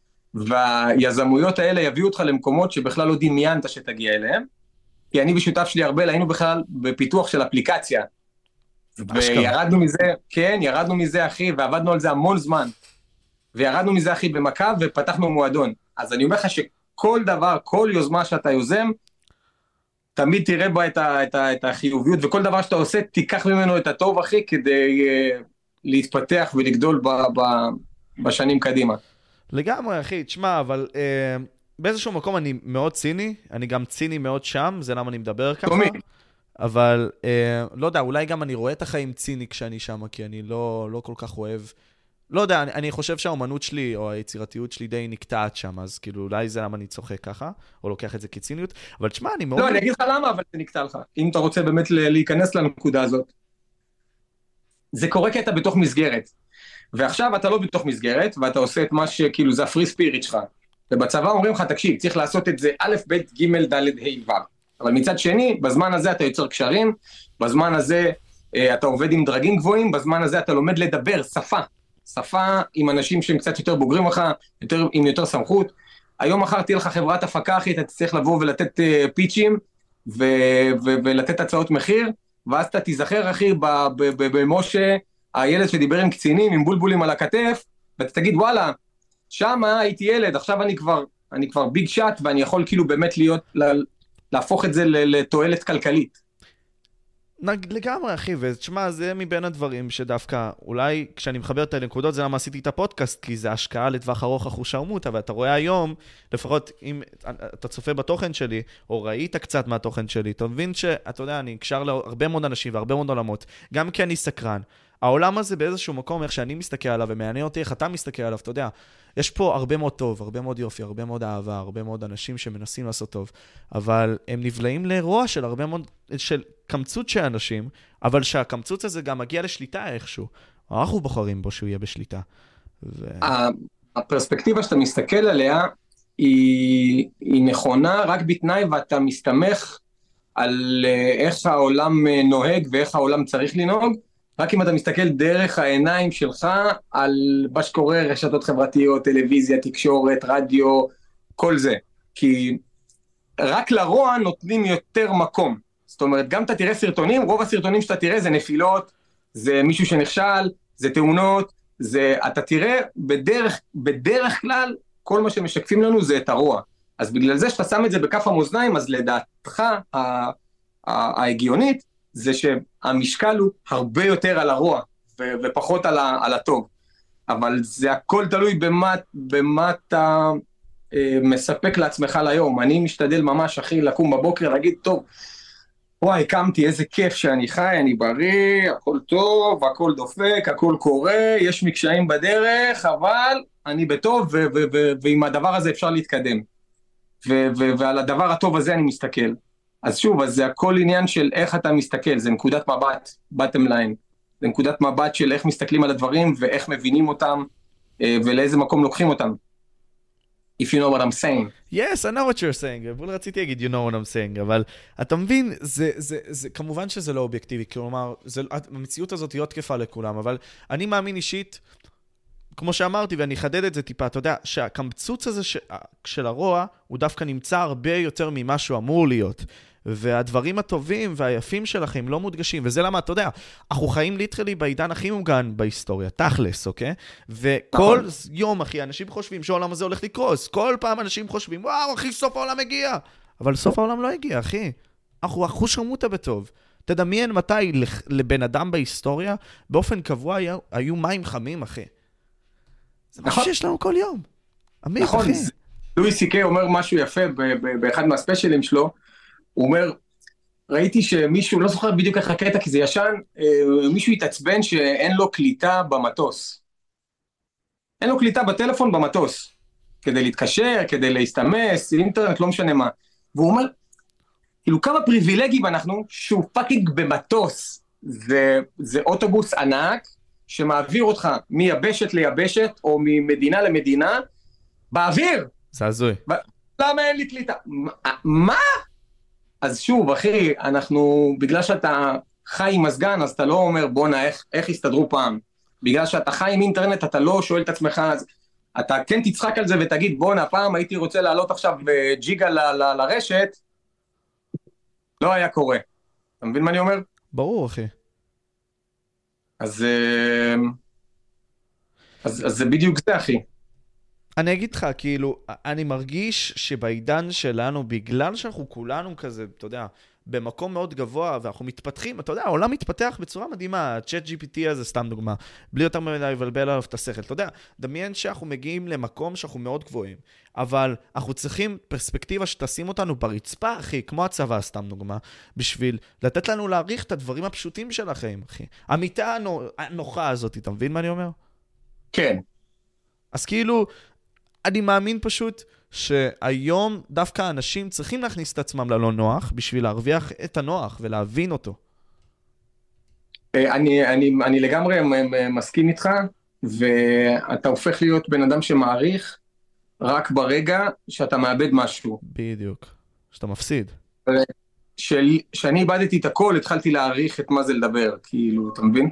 והיזמויות האלה יביאו אותך למקומות שבכלל לא דמיינת שתגיע אליהם, כי אני ושותף שלי הרבה, היינו בכלל בפיתוח של אפליקציה, וירדנו מזה, כן, ירדנו מזה, אחי, ועבדנו על זה המון זמן, וירדנו מזה, אחי, במכה, ופתחנו מועדון. אז אני אומר לך שכל דבר, כל יוזמה שאתה יוזם, תמיד תראה בה את החיוביות, וכל דבר שאתה עושה, תיקח ממנו את הטוב, אחי, כדי להתפתח ולגדול בשנים קדימה. לגמרי, אחי, תשמע, אבל באיזשהו מקום אני מאוד ציני, אני גם ציני מאוד שם, זה למה אני מדבר ככה. אבל לא יודע, אולי גם אני רואה את החיים ציני כשאני שם, כי אני לא כל כך אוהב. לא יודע, אני חושב שהאומנות שלי, או היצירתיות שלי די נקטעת שם, אז כאילו אולי זה למה אני צוחק ככה, או לוקח את זה כציניות, אבל תשמע, אני מאוד... לא, אני אגיד לך למה, אבל זה נקטע לך, אם אתה רוצה באמת להיכנס לנקודה הזאת. זה קורה כי אתה בתוך מסגרת, ועכשיו אתה לא בתוך מסגרת, ואתה עושה את מה שכאילו זה הפרי ספיריט שלך, ובצבא אומרים לך, תקשיב, צריך לעשות את זה א', ב', ג', ד', ה', ו', אבל מצד שני, בזמן הזה אתה יוצר קשרים, בזמן הזה אתה עובד עם דרגים גבוהים, בזמן הזה אתה לומד לדבר שפה עם אנשים שהם קצת יותר בוגרים לך, עם יותר סמכות. היום מחר תהיה לך חברת הפקה, אחי, אתה צריך לבוא ולתת פיצ'ים, ולתת הצעות מחיר, ואז אתה תיזכר, אחי, במשה, הילד שדיבר עם קצינים, עם בולבולים על הכתף, ואתה תגיד, וואלה, שם הייתי ילד, עכשיו אני כבר ביג שאט, ואני יכול כאילו באמת להפוך את זה לתועלת כלכלית. לגמרי, אחי, ותשמע, זה מבין הדברים שדווקא, אולי כשאני מחבר את הנקודות, זה למה עשיתי את הפודקאסט, כי זה השקעה לטווח ארוך אחושרמוט, אבל אתה רואה היום, לפחות אם אתה צופה בתוכן שלי, או ראית קצת מהתוכן שלי, אתה מבין שאתה יודע, אני אקשר להרבה מאוד אנשים והרבה מאוד עולמות, גם כי אני סקרן. העולם הזה באיזשהו מקום, איך שאני מסתכל עליו, ומעניין אותי איך אתה מסתכל עליו, אתה יודע, יש פה הרבה מאוד טוב, הרבה מאוד יופי, הרבה מאוד אהבה, הרבה מאוד אנשים שמנסים לעשות טוב, אבל הם נבלעים לרוע של הרבה מאוד, של קמצות של אנשים, אבל שהקמצות הזה גם מגיע לשליטה איכשהו. אנחנו בוחרים בו שהוא יהיה בשליטה. הפרספקטיבה שאתה מסתכל עליה, היא נכונה רק בתנאי, ואתה מסתמך על איך העולם נוהג, ואיך העולם צריך לנהוג, רק אם אתה מסתכל דרך העיניים שלך על מה שקורה, רשתות חברתיות, טלוויזיה, תקשורת, רדיו, כל זה. כי רק לרוע נותנים יותר מקום. זאת אומרת, גם אתה תראה סרטונים, רוב הסרטונים שאתה תראה זה נפילות, זה מישהו שנכשל, זה תאונות, אתה תראה בדרך כלל, כל מה שמשקפים לנו זה את הרוע. אז בגלל זה שאתה שם את זה בכף המאזניים, אז לדעתך ההגיונית, זה שהמשקל הוא הרבה יותר על הרוע, ופחות על הטוב. אבל זה הכל תלוי במה אתה מספק לעצמך ליום. אני משתדל ממש, אחי, לקום בבוקר, להגיד, טוב, וואי, קמתי, איזה כיף שאני חי, אני בריא, הכל טוב, הכל דופק, הכל קורה, יש מקשיים בדרך, אבל אני בטוב, ועם הדבר הזה אפשר להתקדם. ועל הדבר הטוב הזה אני מסתכל. אז שוב, אז זה הכל עניין של איך אתה מסתכל, זה נקודת מבט, bottom line, זה נקודת מבט של איך מסתכלים על הדברים, ואיך מבינים אותם, ולאיזה מקום לוקחים אותם. If you know what I'm saying. Yes, I know what you're saying. אבל רציתי להגיד, you know what I'm saying, אבל אתה מבין, כמובן שזה לא אובייקטיבי, כלומר, המציאות הזאת היא לא תקפה לכולם, אבל אני מאמין אישית, כמו שאמרתי, ואני אחדד את זה טיפה, אתה יודע, שהקמצוץ הזה של הרוע, הוא דווקא נמצא הרבה יותר ממה שהוא אמור להיות. והדברים הטובים והיפים שלכם לא מודגשים, וזה למה, אתה יודע, אנחנו חיים ליטרלי בעידן הכי מוגן בהיסטוריה, תכלס, אוקיי? וכל יום, אחי, אנשים חושבים שהעולם הזה הולך לקרוס, כל פעם אנשים חושבים, וואו, אחי, סוף העולם הגיע. אבל סוף העולם לא הגיע, אחי. אנחנו אחוז שרמוטה בטוב. תדמיין מתי לבן אדם בהיסטוריה, באופן קבוע היו מים חמים, אחי. זה משהו שיש לנו כל יום. עמית, אחי. לואי סי-קיי אומר משהו יפה באחד מהספיישלים שלו, הוא אומר, ראיתי שמישהו, לא זוכר בדיוק איך הקטע כי זה ישן, מישהו התעצבן שאין לו קליטה במטוס. אין לו קליטה בטלפון במטוס. כדי להתקשר, כדי להסתמס, אינטרנט, לא משנה מה. והוא אומר, כאילו כמה פריבילגים אנחנו, שהוא פאקינג במטוס. זה אוטובוס ענק, שמעביר אותך מיבשת ליבשת, או ממדינה למדינה, באוויר. זה הזוי. למה אין לי קליטה? מה? אז שוב, אחי, אנחנו, בגלל שאתה חי עם מזגן, אז אתה לא אומר, בונה, איך יסתדרו פעם? בגלל שאתה חי עם אינטרנט, אתה לא שואל את עצמך, אז אתה כן תצחק על זה ותגיד, בונה, פעם הייתי רוצה לעלות עכשיו ג'יגה לרשת, לא היה קורה. אתה מבין מה אני אומר? ברור, אחי. אז זה בדיוק זה, אחי. אני אגיד לך, כאילו, אני מרגיש שבעידן שלנו, בגלל שאנחנו כולנו כזה, אתה יודע, במקום מאוד גבוה, ואנחנו מתפתחים, אתה יודע, העולם מתפתח בצורה מדהימה, צ'אט GPT הזה סתם דוגמה, בלי יותר מדי לבלבל עליו את השכל, אתה יודע, דמיין שאנחנו מגיעים למקום שאנחנו מאוד גבוהים, אבל אנחנו צריכים פרספקטיבה שתשים אותנו ברצפה, אחי, כמו הצבא, סתם דוגמה, בשביל לתת לנו להעריך את הדברים הפשוטים של החיים, אחי. המיטה הנוחה הזאת, אתה מבין מה אני אומר? כן. אז כאילו, אני מאמין פשוט שהיום דווקא אנשים צריכים להכניס את עצמם ללא נוח, בשביל להרוויח את הנוח ולהבין אותו. אני לגמרי מסכים איתך, ואתה הופך להיות בן אדם שמעריך רק ברגע שאתה מאבד משהו. בדיוק, שאתה מפסיד. כשאני איבדתי את הכל, התחלתי להעריך את מה זה לדבר, כאילו, אתה מבין?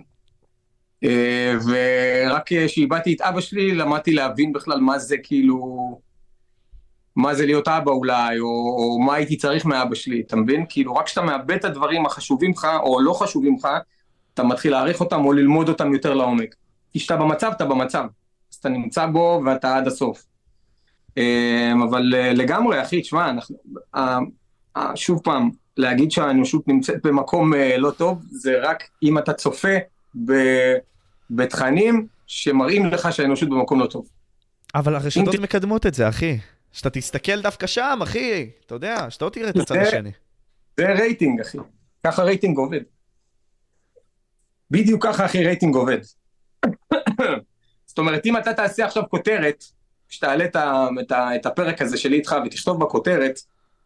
ורק כשאיבדתי את אבא שלי, למדתי להבין בכלל מה זה כאילו, מה זה להיות אבא אולי, או מה הייתי צריך מאבא שלי, אתה מבין? כאילו, רק כשאתה מאבד את הדברים החשובים לך, או לא חשובים לך, אתה מתחיל להעריך אותם, או ללמוד אותם יותר לעומק. כי כשאתה במצב, אתה במצב. אז אתה נמצא בו, ואתה עד הסוף. אבל לגמרי, אחי, תשמע, שוב פעם, להגיד שהאנושות נמצאת במקום לא טוב, זה רק אם אתה צופה בתכנים שמראים לך שהאנושות במקום לא טוב. אבל הרשתות מקדמות את זה, אחי. שאתה תסתכל דווקא שם, אחי. אתה יודע, שאתה לא תראה את הצד השני. זה רייטינג, אחי. ככה רייטינג עובד. בדיוק ככה, אחי, רייטינג עובד. זאת אומרת, אם אתה תעשה עכשיו כותרת, שתעלה את הפרק הזה שלי איתך ותכתוב בכותרת,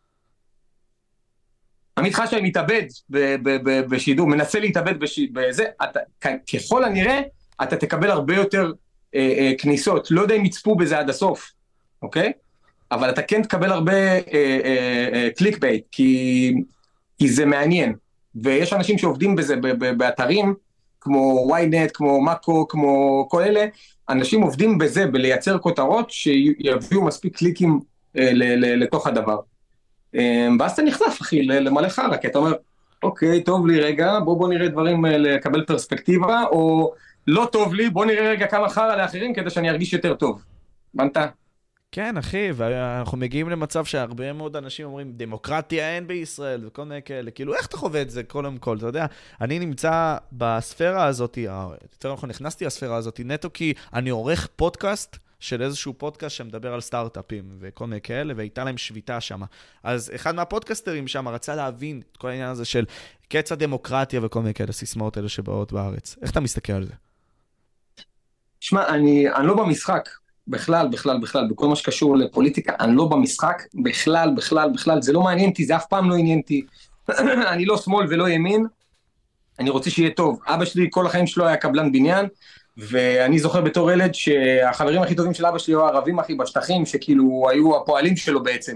עמית חשי מתאבד בשידור, מנסה להתאבד בזה, ככל הנראה, אתה תקבל הרבה יותר כניסות, לא יודע אם יצפו בזה עד הסוף, אוקיי? אבל אתה כן תקבל הרבה קליק בייט, כי זה מעניין, ויש אנשים שעובדים בזה באתרים, כמו ynet, כמו מקו, כמו כל אלה, אנשים עובדים בזה, בלייצר כותרות, שיביאו מספיק קליקים לתוך הדבר. ואז אתה נחשף, אחי, למלא חרא, כי אתה אומר, אוקיי, טוב לי רגע, בוא נראה דברים לקבל פרספקטיבה, או לא טוב לי, בוא נראה רגע כמה חרא לאחרים, כדי שאני ארגיש יותר טוב. בנת? כן, אחי, ואנחנו מגיעים למצב שהרבה מאוד אנשים אומרים, דמוקרטיה אין בישראל, וכל מיני כאלה, כאילו, איך אתה חווה את זה, קודם כל, אתה יודע, אני נמצא בספירה הזאת, יותר נכון, נכנסתי לספירה הזאת, נטו כי אני עורך פודקאסט, של איזשהו פודקאסט שמדבר על סטארט-אפים וכל מיני כאלה, והייתה להם שביתה שם. אז אחד מהפודקאסטרים שם רצה להבין את כל העניין הזה של קץ הדמוקרטיה וכל מיני כאלה, סיסמאות האלה שבאות בארץ. איך אתה מסתכל על זה? שמע, אני לא במשחק, בכלל, בכל מה שקשור לפוליטיקה, אני לא במשחק, בכלל, זה לא מעניין אותי, זה אף פעם לא עניין אותי. אני לא שמאל ולא ימין, אני רוצה שיהיה טוב. אבא שלי, כל החיים שלו היה קבלן בניין, ואני זוכר בתור ילד שהחברים הכי טובים של אבא שלי היו הערבים הכי בשטחים, שכאילו היו הפועלים שלו בעצם.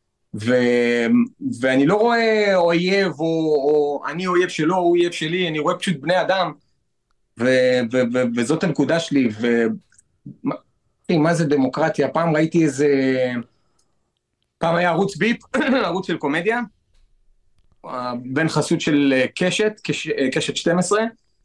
ואני לא רואה אויב, או אני אויב שלו, הוא אויב שלי, אני רואה פשוט בני אדם, וזאת הנקודה שלי, מה זה דמוקרטיה? פעם ראיתי פעם היה ערוץ ביפ, ערוץ של קומדיה, בן חסות של קשת 12,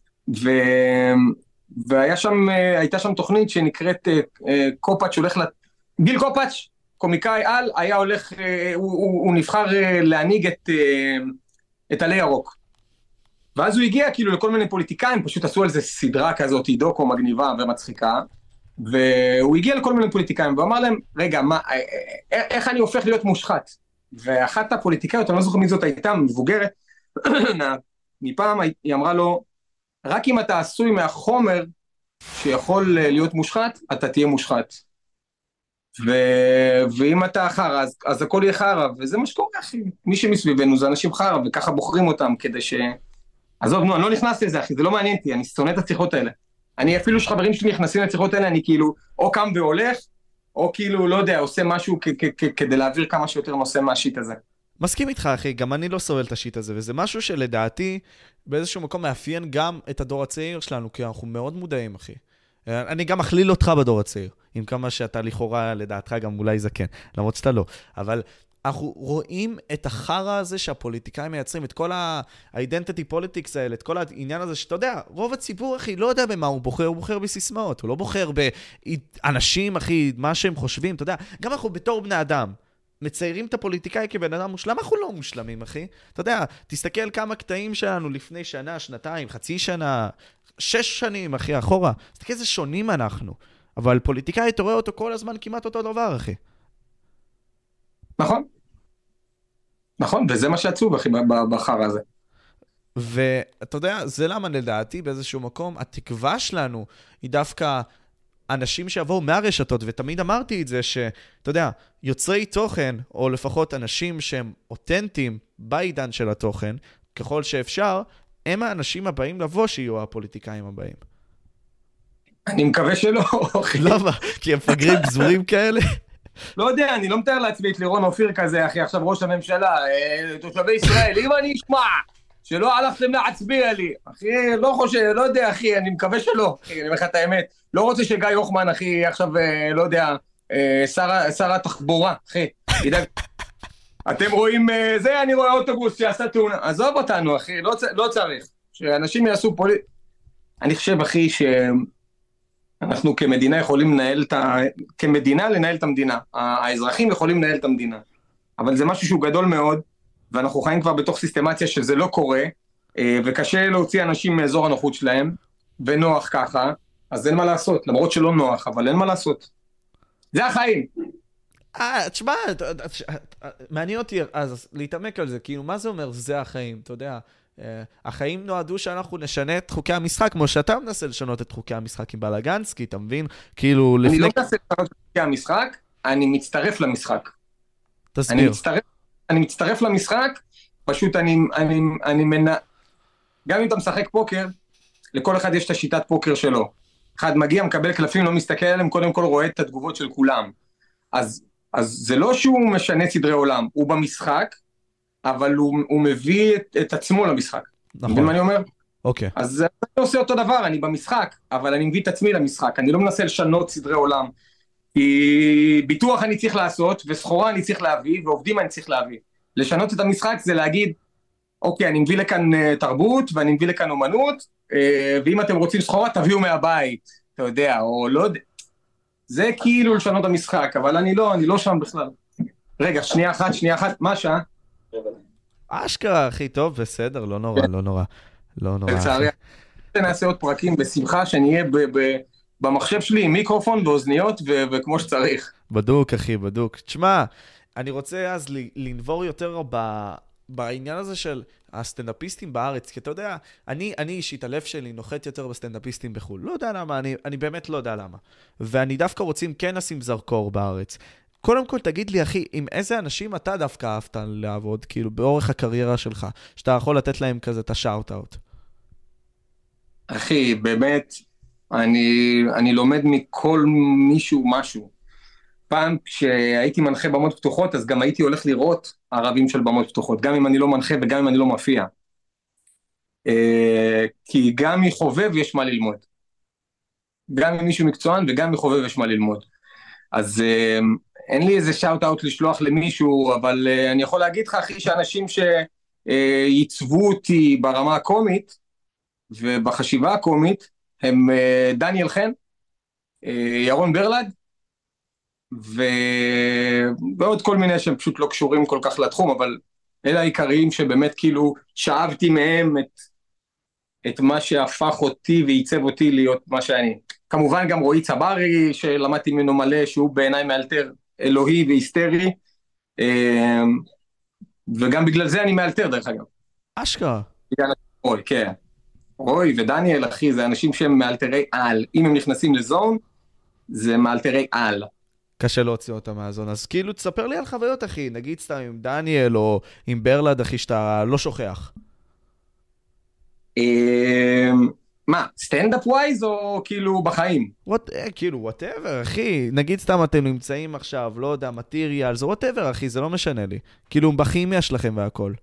והייתה שם תוכנית שנקראת קופאץ' הולך, גיל קופאץ', קומיקאי על, היה הולך, הוא נבחר להנהיג את עלי ירוק. ואז הוא הגיע כאילו לכל מיני פוליטיקאים, פשוט עשו על זה סדרה כזאת, דוקו מגניבה ומצחיקה, והוא הגיע לכל מיני פוליטיקאים, ואמר להם, רגע, איך אני הופך להיות מושחת? ואחת הפוליטיקאיות, אני לא זוכר מי זאת הייתה, מבוגרת, מפעם היא אמרה לו, רק אם אתה עשוי מהחומר שיכול להיות מושחת, אתה תהיה מושחת. ואם אתה חרא, אז הכל יהיה חרא, וזה מה שקורה, אחי. מי שמסביבנו זה אנשים חרא, וככה בוחרים אותם כדי עזוב, נו, אני לא נכנס לזה, אחי, זה לא מעניין אותי, אני שונא את השיחות האלה. אני אפילו שחברים שלי נכנסים לשיחות האלה, אני כאילו, או קם והולך, או כאילו, לא יודע, עושה משהו כדי להעביר כמה שיותר נושא מהשיט הזה. מסכים איתך, אחי, גם אני לא סובל את השיט הזה, וזה משהו שלדעתי, באיזשהו מקום מאפיין גם את הדור הצעיר שלנו, כי אנחנו מאוד מודעים, אחי. אני גם מכליל אותך בדור הצעיר, עם כמה שאתה לכאורה, לדעתך גם אולי זקן, למרות שאתה לא. אבל אנחנו רואים את החרא הזה שהפוליטיקאים מייצרים, את כל ה-identity politics האלה, את כל העניין הזה שאתה יודע, רוב הציבור, אחי, לא יודע במה הוא בוחר בסיסמאות, הוא לא בוחר באנשים, אחי, מה שהם חושבים, אתה יודע, גם אנחנו בתור בני אדם, מציירים את הפוליטיקאי כבן אדם מושלם, אנחנו לא מושלמים, אחי. אתה יודע, תסתכל כמה קטעים שלנו לפני שנה, שנתיים, חצי שנה, 6 שנים, אחי, אחורה. תסתכל איזה שונים אנחנו. אבל פוליטיקאי, אתה רואה אותו כל הזמן כמעט אותו דבר, אחי. נכון. נכון, וזה מה שעצוב, אחי, בחר הזה. ואתה יודע, זה למה לדעתי באיזשהו מקום, התקווה שלנו היא דווקא אנשים שיבואו מהרשתות, ותמיד אמרתי את זה שאתה יודע, יוצרי תוכן, או לפחות אנשים שהם אותנטיים בעידן של התוכן, ככל שאפשר, הם האנשים הבאים לבוא שיהיו הפוליטיקאים הבאים. אני מקווה שלא. למה? כי הם פגרים גזורים כאלה? לא יודע, אני לא מתאר לעצמי את לירון אופיר כזה, אחי, עכשיו ראש הממשלה, תושבי ישראל, אם אני אשמע שלא הלכתם להצביע לי, אחי, לא חושב, לא יודע, אחי, אני מקווה שלא, אחי, אני אומר לך את האמת, לא רוצה שגיא יוחמן, אחי, עכשיו, לא יודע, שר התחבורה, אחי, ידאג, אתם רואים זה, אני רואה אוטובוס שעשה תאונה, עזוב אותנו, אחי, לא צריך, שאנשים יעשו אני חושב, אחי, אנחנו כמדינה יכולים לנהל לנהל את המדינה, האזרחים יכולים לנהל את המדינה, אבל זה משהו שהוא גדול מאוד, ואנחנו חיים כבר בתוך סיסטמציה שזה לא קורה, וקשה להוציא אנשים מאזור הנוחות שלהם, ונוח ככה, אז אין מה לעשות, למרות שלא נוח, אבל אין מה לעשות. זה החיים. תשמע, מעניין אותי אז להתעמק על זה, כאילו מה זה אומר זה החיים, אתה יודע, החיים נועדו שאנחנו נשנה את חוקי המשחק, כמו שאתה מנסה לשנות את חוקי המשחק עם בלגנסקי, אתה מבין? כאילו אני לא מנסה לשנות את חוקי המשחק, אני מצטרף למשחק. תסביר. אני מצטרף למשחק, פשוט גם אם אתה משחק פוקר, לכל אחד יש את השיטת פוקר שלו. אחד מגיע, מקבל קלפים, לא מסתכל עליהם, קודם כל רואה את התגובות של כולם. אז זה לא שהוא משנה סדרי עולם, הוא במשחק, אבל הוא מביא את עצמו למשחק. נכון. מבין מה אני אומר? אוקיי. אז אני עושה אותו דבר, אני במשחק, אבל אני מביא את עצמי למשחק, אני לא מנסה לשנות סדרי עולם. כי ביטוח אני צריך לעשות, וסחורה אני צריך להביא, ועובדים אני צריך להביא. לשנות את המשחק זה להגיד, אוקיי, אני מביא לכאן תרבות, ואני מביא לכאן אומנות, ואם אתם רוצים סחורה, תביאו מהבית, אתה יודע, או לא יודע. זה כאילו לשנות המשחק, אבל אני לא שם בכלל. רגע, שנייה אחת, מה שעה? אשכרה, הכי טוב, בסדר, לא נורא. לצערי, נעשה עוד פרקים בשמחה, שאני אהיה במחשב שלי עם מיקרופון ואוזניות וכמו שצריך. בדוק, אחי, בדוק. תשמע, אני רוצה אז לנבור יותר בעניין הזה של הסטנדאפיסטים בארץ, כי אתה יודע, אני אישית, הלב שלי נוחת יותר בסטנדאפיסטים בחו"ל. לא יודע למה, אני באמת לא יודע למה. ואני דווקא רוצים כן לשים זרקור בארץ. קודם כל, תגיד לי, אחי, עם איזה אנשים אתה דווקא אהבת לעבוד, כאילו, באורך הקריירה שלך, שאתה יכול לתת להם כזה את השאוט-אוט? אחי, באמת, אני לומד מכל מישהו משהו. פעם כשהייתי מנחה במות פתוחות, אז גם הייתי הולך לראות ערבים של במות פתוחות, גם אם אני לא מנחה וגם אם אני לא מופיע. כי גם מחובב יש מה ללמוד. גם ממישהו מקצוען וגם מחובב יש מה ללמוד. אז אין לי איזה שאוט-אוט לשלוח למישהו, אבל אני יכול להגיד לך, אחי, שאנשים ייצבו אותי ברמה הקומית, ובחשיבה הקומית, הם דניאל חן, ירון ברלד, ועוד כל מיני שהם פשוט לא קשורים כל כך לתחום, אבל אלה העיקריים שבאמת כאילו שאבתי מהם את מה שהפך אותי וייצב אותי להיות מה שאני. כמובן גם רועי צברי, שלמדתי ממנו מלא, שהוא בעיניי מאלתר אלוהי והיסטרי, וגם בגלל זה אני מאלתר דרך אגב. אשכרה. רועי, כן. רועי ודניאל, אחי, זה אנשים שהם מאלתרי על. אם הם נכנסים לזון, זה מאלתרי על. קשה להוציא אותה מהזון. אז כאילו, תספר לי על חוויות, אחי. נגיד סתם עם דניאל או עם ברלד, אחי, שאתה לא שוכח. מה, סטנדאפ ווייז או כאילו בחיים? כאילו, whatever, אחי. נגיד סתם אתם נמצאים עכשיו, לא יודע, מטריאל, זה whatever, אחי, זה לא משנה לי. כאילו, בכימיה שלכם והכל.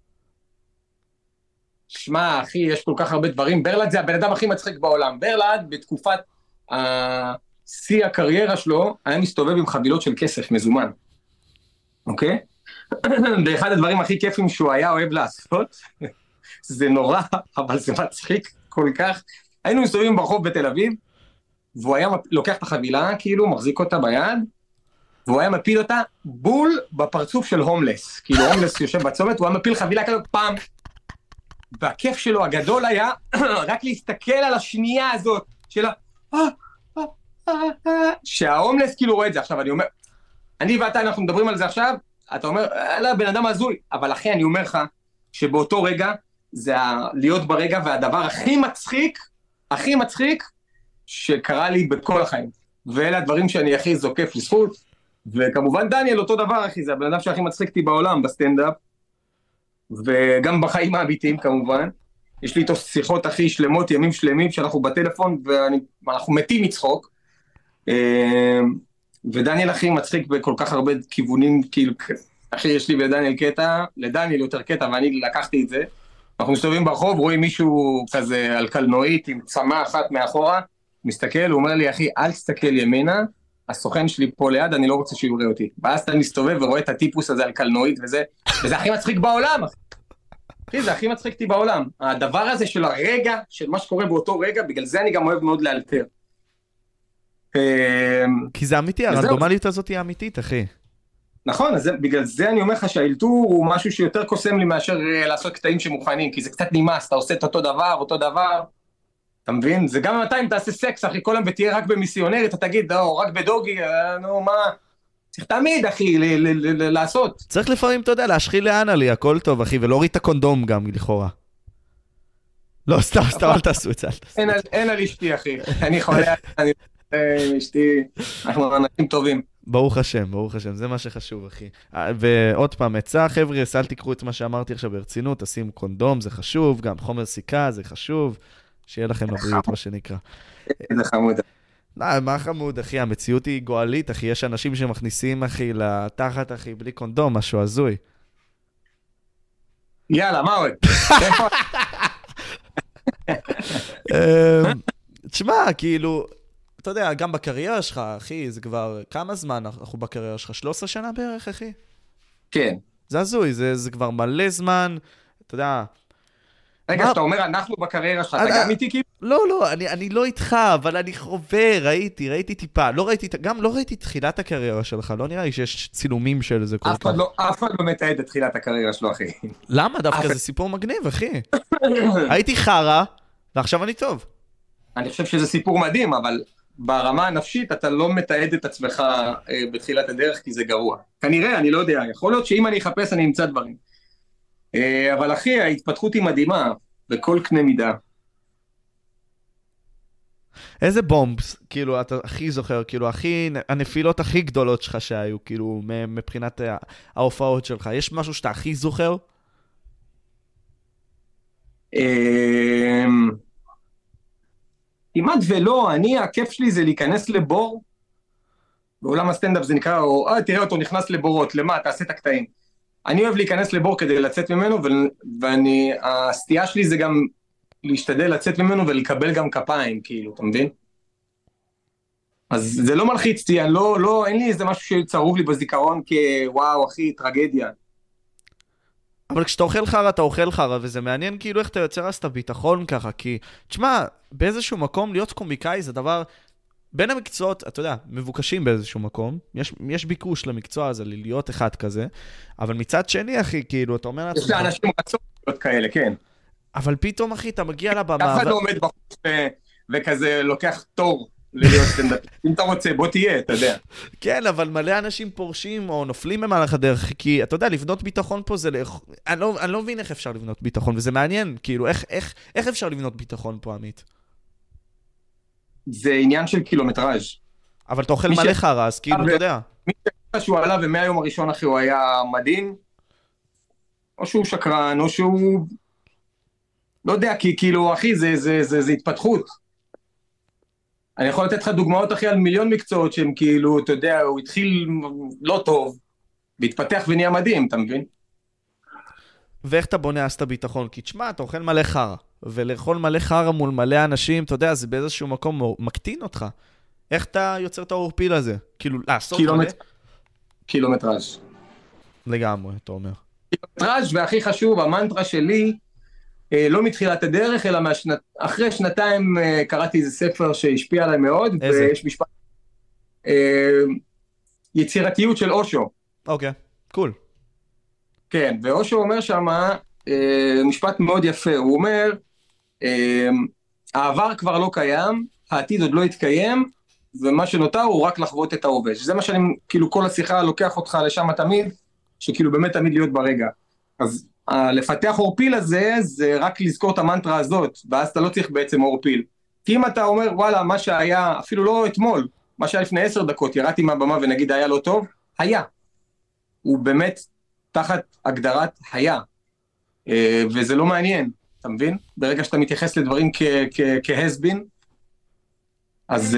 שמע, אחי, יש כל כך הרבה דברים. ברלד זה הבן אדם הכי מצחיק בעולם. ברלד, בתקופת שיא הקריירה שלו, היה מסתובב עם חבילות של כסף מזומן. אוקיי? ואחד הדברים הכי כיפים שהוא היה אוהב לעשות, זה נורא, אבל זה מצחיק כל כך. היינו מסתובבים ברחוב בתל אביב, והוא היה לוקח את החבילה, כאילו, מחזיק אותה ביד, והוא היה מפיל אותה בול בפרצוף של הומלס. כאילו, הומלס יושב בצומת, הוא היה מפיל חבילה כזאת פעם, והכיף שלו הגדול היה רק להסתכל על השנייה הזאת, של שההומלס כאילו רואה את זה. עכשיו, אני אומר, אני ואתה, אנחנו מדברים על זה עכשיו, אתה אומר, לא, בן אדם הזוי, אבל אחי, אני אומר לך, שבאותו רגע, זה להיות ברגע, והדבר הכי מצחיק, שקרה לי בכל החיים. ואלה הדברים שאני הכי זוקף לזכות, וכמובן דניאל אותו דבר, אחי, זה הבן אדם שהכי מצחיק אותי בעולם, בסטנדאפ, וגם בחיים האמיתיים כמובן. יש לי איתו שיחות הכי שלמות, ימים שלמים, שאנחנו בטלפון, ואנחנו מתים מצחוק. ודניאל הכי מצחיק בכל כך הרבה כיוונים, כאילו, אחי, יש לי ודניאל קטע, לדניאל יותר קטע, ואני לקחתי את זה. אנחנו מסתובבים ברחוב, רואים מישהו כזה על קלנועית, עם צמה אחת מאחורה, מסתכל, הוא אומר לי, אחי, אל תסתכל ימינה, הסוכן שלי פה ליד, אני לא רוצה שיוראה אותי. ואז אתה מסתובב ורואה את הטיפוס הזה על קלנועית וזה הכי מצחיק בעולם. אחי, זה הכי מצחיק אותי בעולם. הדבר הזה של הרגע, של מה שקורה באותו רגע, בגלל זה אני גם אוהב מאוד לאלתר. כי זה אמיתי, הרנדומליות הזאת היא אמיתית, אחי. נכון, אז בגלל זה אני אומר לך שהאלתור הוא משהו שיותר קוסם לי מאשר לעשות קטעים שמוכנים, כי זה קצת נמאס, אתה עושה את אותו דבר, אתה מבין? זה גם אם תעשה סקס, אחי, כל היום ותהיה רק במיסיונר, אתה תגיד, רק בדוגי, נו, מה? צריך תמיד, אחי, לעשות. צריך לפעמים, אתה יודע, להשחיל לאנלי, הכל טוב, אחי, ולהוריד את הקונדום גם, לכאורה. לא, סתם, אל תעשו את זה. אין על אשתי, אחי. אני חולה, אני אשתי, אנחנו אנשים טובים. ברוך השם, זה מה שחשוב, אחי. ועוד פעם, עצה, חבר'ה, אל תקחו את מה שאמרתי עכשיו ברצינות, תשימו קונדום, זה חשוב, גם חומר סיכה, זה חשוב, שיהיה לכם לבריאות, מה שנקרא. זה חמוד. לא, מה חמוד, אחי? המציאות היא גואלית, אחי. יש אנשים שמכניסים, אחי, לתחת, אחי, בלי קונדום, משהו הזוי. יאללה, מה עוד? תשמע, כאילו, אתה יודע, גם בקריירה שלך, אחי, זה כבר כמה זמן אנחנו בקריירה שלך? 13 שנה בערך, אחי? כן. זה הזוי, זה כבר מלא זמן, אתה יודע. רגע, אתה אומר, אנחנו בקריירה שלך, אתה גם איתי כאילו? לא, אני לא איתך, אבל אני חווה, ראיתי טיפה, גם לא ראיתי תחילת הקריירה שלך, לא נראה לי שיש צילומים של זה כל כך. אף אחד לא מתעד את תחילת הקריירה שלו, אחי. למה? דווקא זה סיפור מגניב, אחי. הייתי חרה, ועכשיו אני טוב. אני חושב שזה סיפור מדהים, אבל ברמה הנפשית אתה לא מתעד את עצמך בתחילת הדרך, כי זה גרוע. כנראה, אני לא יודע, יכול להיות שאם אני אחפש אני אמצא דברים. אבל אחי, ההתפתחות היא מדהימה, בכל קנה מידה. איזה בומבס, כאילו, אתה הכי זוכר, כאילו, הנפילות הכי גדולות שלך שהיו, כאילו, מבחינת ההופעות שלך, יש משהו שאתה הכי זוכר? כמעט ולא, הכיף שלי זה להיכנס לבור, בעולם הסטנדאפ זה נקרא, תראה אותו נכנס לבורות, למה? תעשה את הקטעים. אני אוהב להיכנס לבור כדי לצאת ממנו, והסטייה שלי זה גם להשתדל לצאת ממנו ולקבל גם כפיים, כאילו, אתה מבין? אז זה לא מלחיץ אותי, אין לי איזה משהו שצרוב לי בזיכרון כוואו, אחי, טרגדיה. אבל כשאתה אוכל חרא, אתה אוכל חרא, וזה מעניין כאילו איך אתה יוצר אז את הביטחון ככה, כי, תשמע, באיזשהו מקום להיות קומיקאי זה דבר, בין המקצועות, אתה יודע, מבוקשים באיזשהו מקום, יש ביקוש למקצוע הזה, להיות אחד כזה, אבל מצד שני, אחי, כאילו, אתה אומר לעצמך... יש לאנשים רצון להיות כאלה, כן. אבל פתאום, אחי, אתה מגיע לבמה... אף אחד לא עומד בחוץ וכזה לוקח תור להיות סטנדאפ. אם אתה רוצה, בוא תהיה, אתה יודע. כן, אבל מלא אנשים פורשים או נופלים במהלך הדרך, כי אתה יודע, לבנות ביטחון פה זה... אני לא מבין איך אפשר לבנות ביטחון, וזה מעניין, כאילו, איך אפשר לבנות ביטחון פה, עמית? זה עניין של קילומטראז'. אבל אתה אוכל מלא חרא, אז כאילו, אתה יודע. מי שחושב שהוא עלה ומהיום הראשון, אחי, הוא היה מדהים, או שהוא שקרן, או שהוא... לא יודע, כי כאילו, אחי, זה התפתחות. אני יכול לתת לך דוגמאות, אחי, על מיליון מקצועות שהם כאילו, אתה יודע, הוא התחיל לא טוב, והתפתח ונהיה מדהים, אתה מבין? ואיך אתה בונה אז את הביטחון? כי תשמע, אתה אוכל מלא חרא, ולאכול מלא חרא מול מלא אנשים, אתה יודע, זה באיזשהו מקום מקטין אותך. איך אתה יוצר את האורפיל הזה? כאילו, לעשות מלא? קילומטראז'. לגמרי, אתה אומר. קילומטראז', והכי חשוב, המנטרה שלי, לא מתחילת הדרך, אלא אחרי שנתיים קראתי איזה ספר שהשפיע עליי מאוד, ויש משפט, יצירתיות של אושו. אוקיי, קול. כן, ואושו אומר שמה, משפט מאוד יפה, הוא אומר, העבר כבר לא קיים, העתיד עוד לא יתקיים, ומה שנותר הוא רק לחוות את ההווה. שזה מה שאני, כאילו כל השיחה לוקח אותך לשם תמיד, שכאילו באמת תמיד להיות ברגע. אז לפתח אורפיל הזה, זה רק לזכור את המנטרה הזאת, ואז אתה לא צריך בעצם אורפיל. כי אם אתה אומר, וואלה, מה שהיה, אפילו לא אתמול, מה שהיה לפני 10 דקות, ירדתי מהבמה ונגיד היה לא טוב, היה. הוא באמת תחת הגדרת היה. וזה לא מעניין, אתה מבין? ברגע שאתה מתייחס לדברים כהסבין, אז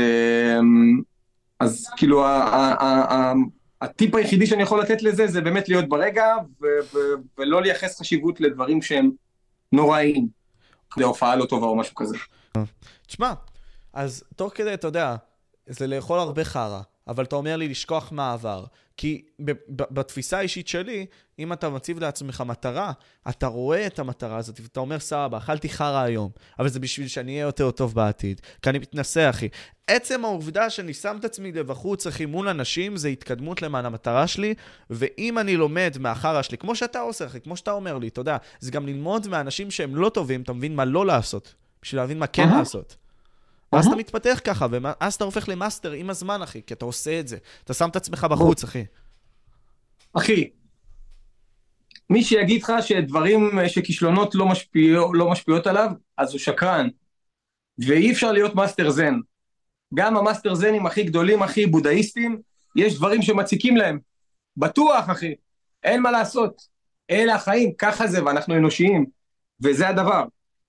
כאילו הטיפ היחידי שאני יכול לתת לזה, זה באמת להיות ברגע, ולא לייחס חשיבות לדברים שהם נוראים, כדי הופעה לא טובה או משהו כזה. תשמע, אז תוך כדי, אתה יודע, זה לאכול הרבה חרא, אבל אתה אומר לי לשכוח מהעבר. כי בתפיסה האישית שלי, אם אתה מציב לעצמך מטרה, אתה רואה את המטרה הזאת, ואתה אומר, סבבה, אכלתי חרא היום, אבל זה בשביל שאני אהיה יותר טוב בעתיד. כי אני מתנסה, אחי. עצם העובדה שאני שם את עצמי לבחוץ, אחי, מול אנשים, זה התקדמות למען המטרה שלי, ואם אני לומד מהחרא שלי, כמו שאתה עושה, אחי, כמו שאתה אומר לי, אתה יודע, זה גם ללמוד מהאנשים שהם לא טובים, אתה מבין מה לא לעשות, בשביל להבין מה כן לעשות. ואז אתה מתפתח ככה, ואז אתה הופך למאסטר עם הזמן, אחי, כי אתה עושה את זה. אתה שם את עצמך בחוץ, אחי. אחי, מי שיגיד לך שדברים, שכישלונות לא משפיעות עליו, אז הוא שקרן. ואי אפשר להיות מאסטר זן. גם המאסטר זנים הכי גדולים, הכי בודהיסטים, יש דברים שמציקים להם. בטוח, אחי. אין מה לעשות. אלה החיים, ככה זה, ואנחנו אנושיים. וזה הדבר.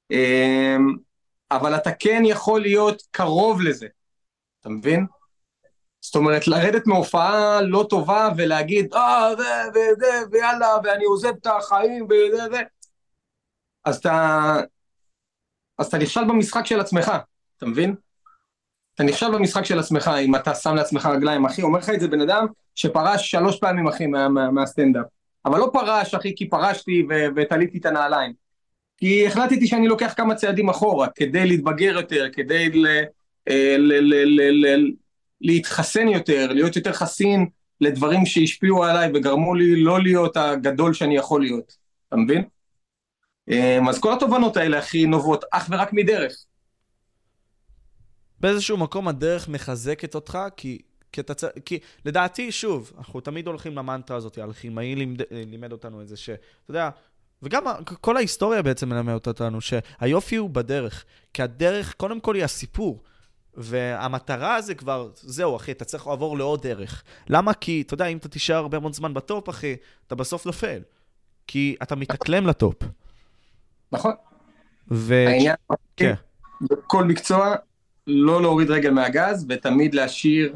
אבל אתה כן יכול להיות קרוב לזה, אתה מבין? זאת אומרת, לרדת מהופעה לא טובה ולהגיד, ויאללה, ואני עוזב את החיים, אז אתה נכשל במשחק של עצמך, אתה מבין? אתה נכשל במשחק של עצמך, אם אתה שם לעצמך רגליים, אחי, אומר לך את זה בן אדם שפרש 3 פעמים, אחי, מהסטנדאפ, אבל לא פרש, אחי, כי פרשתי ותליתי את הנעליים. כי החלטתי שאני לוקח כמה צעדים אחורה, כדי להתבגר יותר, כדי להתחסן יותר, להיות יותר חסין לדברים שהשפיעו עליי וגרמו לי לא להיות הגדול שאני יכול להיות. אתה מבין? אז כל התובנות האלה, הכי נובעות, אך ורק מדרך. באיזשהו מקום הדרך מחזקת אותך, כי לדעתי, שוב, אנחנו תמיד הולכים למנטרה הזאת, האלכימאי לימד אותנו את זה, שאתה יודע, וגם כל ההיסטוריה בעצם מלמדת אותנו שהיופי הוא בדרך, כי הדרך קודם כל היא הסיפור, והמטרה זה כבר, זהו אחי, אתה צריך לעבור לעוד דרך. למה? כי, אתה יודע, אם אתה תישאר הרבה מאוד זמן בטופ, אחי, אתה בסוף נופל. כי אתה מתאקלם לטופ. נכון. העניין, כן. בכל מקצוע, לא להוריד רגל מהגז, ותמיד להשאיר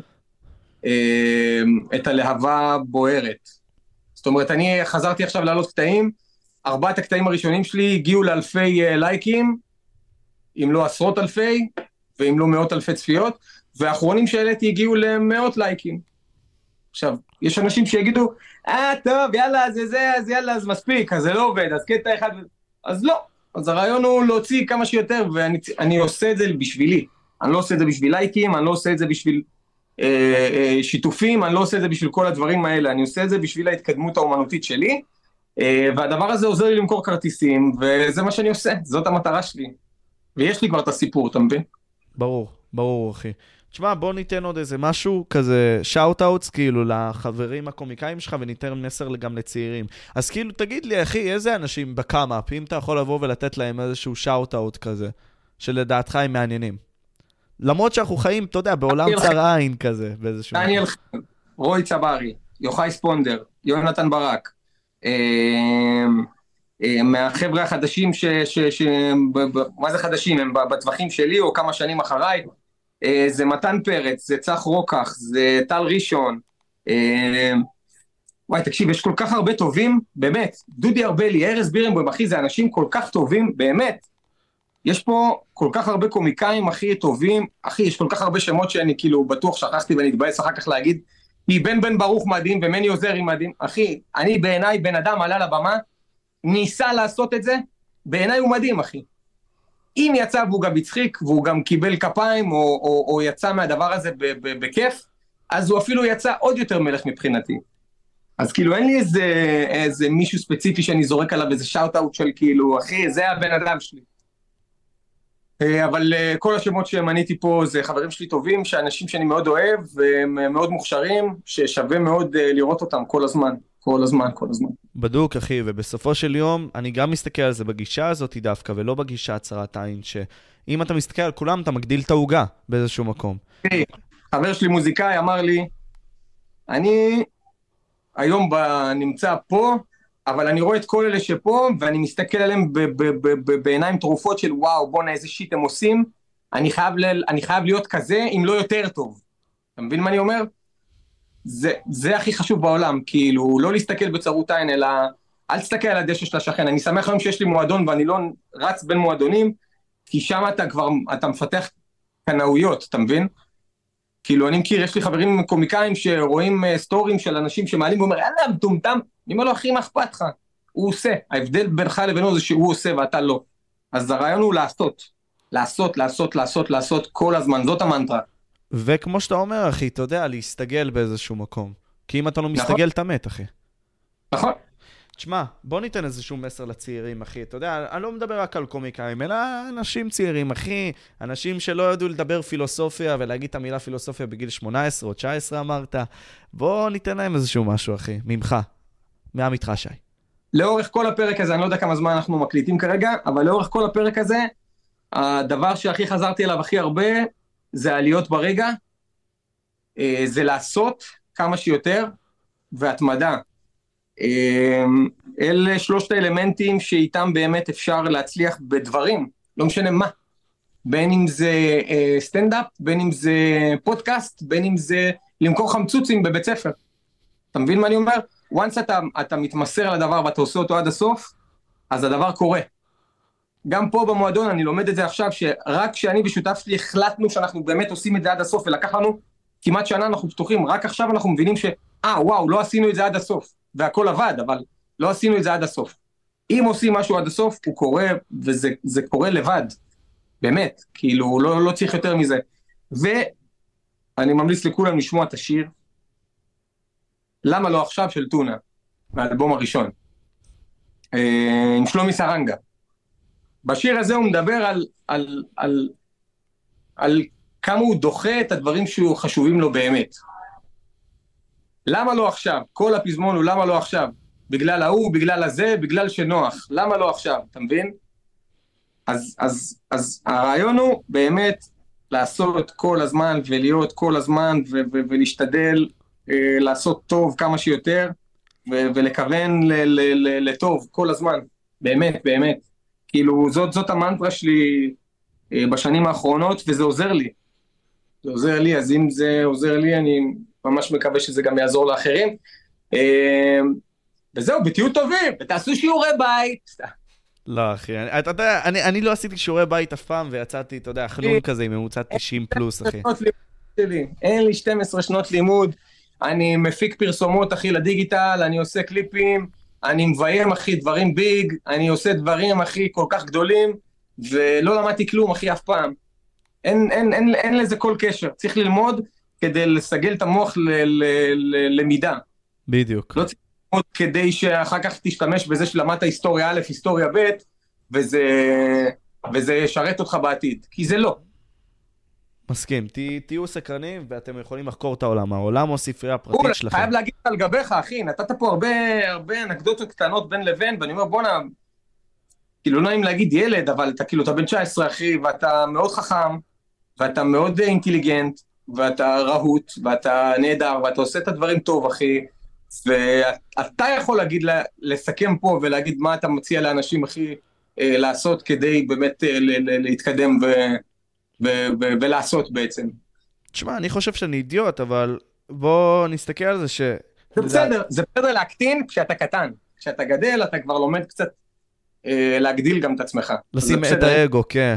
את הלהבה בוערת. זאת אומרת, אני חזרתי עכשיו לעלות קטעים, 4 הקטעים הראשונים שלי הגיעו לאלפי לייקים, אם לא עשרות אלפי, ואם לא 100 אלפי צפיות, והאחרונים שהעליתי הגיעו ל100 לייקים. עכשיו, יש אנשים שיגידו, טוב, יאללה, אז יאללה, אז מספיק, אז זה לא עובד, אז קטע אחד, אז לא. אז הרעיון הוא להוציא כמה שיותר, ואני עושה את זה בשבילי. אני לא עושה את זה בשביל לייקים, אני לא עושה את זה בשביל שיתופים, אני לא עושה את זה בשביל כל הדברים האלה, אני עושה את זה בשביל ההתקדמות האומנותית שלי, והדבר הזה עוזר לי למכור כרטיסים, וזה מה שאני עושה, זאת המטרה שלי. ויש לי כבר את הסיפור, אתה מבין? ברור, ברור, אחי. תשמע, בוא ניתן עוד איזה משהו כזה, שאוט-אוטס כאילו לחברים הקומיקאים שלך, וניתן מסר גם לצעירים. אז כאילו, תגיד לי, אחי, איזה אנשים בקאמאפ, אם אתה יכול לבוא ולתת להם איזשהו שאוט-אוט כזה, שלדעתך הם מעניינים. למרות שאנחנו חיים, אתה יודע, בעולם צר עין כזה, באיזשהו... דניאל חן, רוי צברי, יוחאי ספונדר, יונתן ברק, מהחבר'ה החדשים מה זה חדשים? הם בטווחים שלי או כמה שנים אחריי, זה מתן פרץ, זה צח רוקח, זה טל ראשון, וואי תקשיב, יש כל כך הרבה טובים, באמת, דודי ארבלי, ארז בירנבוים, אחי, זה אנשים כל כך טובים, באמת, יש פה כל כך הרבה קומיקאים הכי טובים, אחי, יש כל כך הרבה שמות שאני כאילו בטוח שכחתי ואני אתבאס אחר כך להגיד, כי בן ברוך מדהים ומני עוזרי מדהים, אחי, אני בעיניי בן אדם עלה לבמה, ניסה לעשות את זה, בעיניי הוא מדהים, אחי. אם יצא והוא גם הצחיק, והוא גם קיבל כפיים, או יצא מהדבר הזה בכיף, אז הוא אפילו יצא עוד יותר מלך מבחינתי. אז כאילו אין לי איזה מישהו ספציפי שאני זורק עליו איזה שאוט-אוט של כאילו, אחי, זה הבן אדם שלי. אבל כל השמות שמניתי פה זה חברים שלי טובים, שאנשים שאני מאוד אוהב, והם מאוד מוכשרים, ששווה מאוד לראות אותם כל הזמן. כל הזמן. בדוק, אחי, ובסופו של יום, אני גם מסתכל על זה בגישה הזאת דווקא, ולא בגישה הצהרת עין, שאם אתה מסתכל על כולם, אתה מגדיל את העוגה באיזשהו מקום. חבר שלי מוזיקאי אמר לי, אני היום נמצא פה, אבל אני רואה את כל אלה שפה, ואני מסתכל עליהם בעיניים תרופות של וואו, בוא איזה שיט הם עושים, אני חייב להיות כזה, אם לא יותר טוב. אתה מבין מה אני אומר? זה הכי חשוב בעולם, כאילו, לא להסתכל בצרות עין, אלא אל תסתכל על הדשא של השכן. אני שמח היום שיש לי מועדון, ואני לא רץ בין מועדונים, כי שם אתה מפתח קנאויות, אתה מבין? כאילו, אני מכיר, יש לי חברים קומיקאים שרואים סטורים של אנשים שמעלים ואומר, יאללה, מטומטם, אני אומר לו, אחי, מה אכפת לך? הוא עושה. ההבדל בינך לבינו זה שהוא עושה ואתה לא. אז הרעיון הוא לעשות כל הזמן, זאת המנטרה. וכמו שאתה אומר, אחי, אתה יודע, להסתגל באיזשהו מקום. כי אם אתה לא מסתגל, אתה מת, אחי. נכון. תשמע, בוא ניתן איזשהו מסר לצעירים, אחי. אתה יודע, אני לא מדבר רק על קומיקאים, אלא אנשים צעירים, אחי. אנשים שלא ידעו לדבר פילוסופיה ולהגיד את המילה פילוסופיה בגיל 18 או 19, אמרת. בוא ניתן להם איזשהו משהו, אחי, ממך. מעמיתך, שי. לאורך כל הפרק הזה, אני לא יודע כמה זמן אנחנו מקליטים כרגע, אבל לאורך כל הפרק הזה, הדבר שהכי חזרתי אליו הכי הרבה, זה העליות ברגע, זה לעשות כמה שיותר, והתמדה. אלה שלושת האלמנטים שאיתם באמת אפשר להצליח בדברים, לא משנה מה. בין אם זה סטנדאפ, בין אם זה פודקאסט, בין אם זה למכור חמצוצים בבית ספר. אתה מבין מה אני אומר? once אתה מתמסר לדבר ואתה עושה אותו עד הסוף, אז הדבר קורה. גם פה במועדון אני לומד את זה עכשיו, שרק כשאני ושותף שלי החלטנו שאנחנו באמת עושים את זה עד הסוף, ולקח לנו כמעט שנה אנחנו פתוחים, רק עכשיו אנחנו מבינים וואו, לא עשינו את זה עד הסוף, והכל עבד, אבל לא עשינו את זה עד הסוף. אם עושים משהו עד הסוף, הוא קורה, וזה קורה לבד, באמת, כאילו, לא צריך יותר מזה. ואני ממליץ לכולם לשמוע את השיר, למה לא עכשיו של טונה, מהאלבום הראשון, עם שלומי סרנגה. בשיר הזה הוא מדבר על כמה הוא דוחה את הדברים שחשובים לו באמת. למה לא עכשיו? כל הפזמון הוא למה לא עכשיו? בגלל ההוא, בגלל הזה, בגלל שנוח. למה לא עכשיו? אתה מבין? אז הרעיון הוא באמת לעשות כל הזמן ולהיות כל הזמן ולהשתדל לעשות טוב כמה שיותר ולכוון לטוב כל הזמן. באמת, באמת. כאילו, זאת המנטרה שלי בשנים האחרונות, וזה עוזר לי. זה עוזר לי, אז אם זה עוזר לי, אני ממש מקווה שזה גם יעזור לאחרים. וזהו, ותהיו טובים, ותעשו שיעורי בית. לא, אחי, אתה יודע, אני לא עשיתי שיעורי בית אף פעם, ויצאתי, אתה יודע, חנון כזה עם ממוצע 90 פלוס, אחי. אין לי 12 שנות לימוד, אני מפיק פרסומות, אחי, לדיגיטל, אני עושה קליפים, אני מביים, אחי, דברים ביג, אני עושה דברים, אחי, כל כך גדולים, ולא למדתי כלום, אחי, אף פעם. אין לזה כל קשר. צריך ללמוד כדי לסגל את המוח ללמידה. בדיוק. לא צריך ללמוד כדי שאחר כך תשתמש בזה שלמדת היסטוריה א', היסטוריה ב', וזה ישרת אותך בעתיד. כי זה לא. מסכים. תהיו סקרנים ואתם יכולים לחקור את העולם. העולם או ספרייה הפרטית שלכם. חייב להגיד על גביך, אחי. נתת פה הרבה אנקדוטות קטנות בין לבין, ואני אומר, בונה, כאילו לא נעים להגיד ילד, אבל אתה כאילו, אתה בן 19, אחי, ואתה מאוד חכם, ואתה מאוד אינטליגנט, ואתה רהוט, ואתה נהדר, ואתה עושה את הדברים טוב, אחי, ואתה יכול להגיד, לסכם פה ולהגיד מה אתה מציע לאנשים, אחי, לעשות כדי באמת להתקדם ולעשות בעצם. תשמע, אני חושב שאני אידיוט, אבל בוא נסתכל על זה זה בסדר להקטין כשאתה קטן. כשאתה גדל, אתה כבר לומד קצת להגדיל גם את עצמך. לשים את האגו, כן.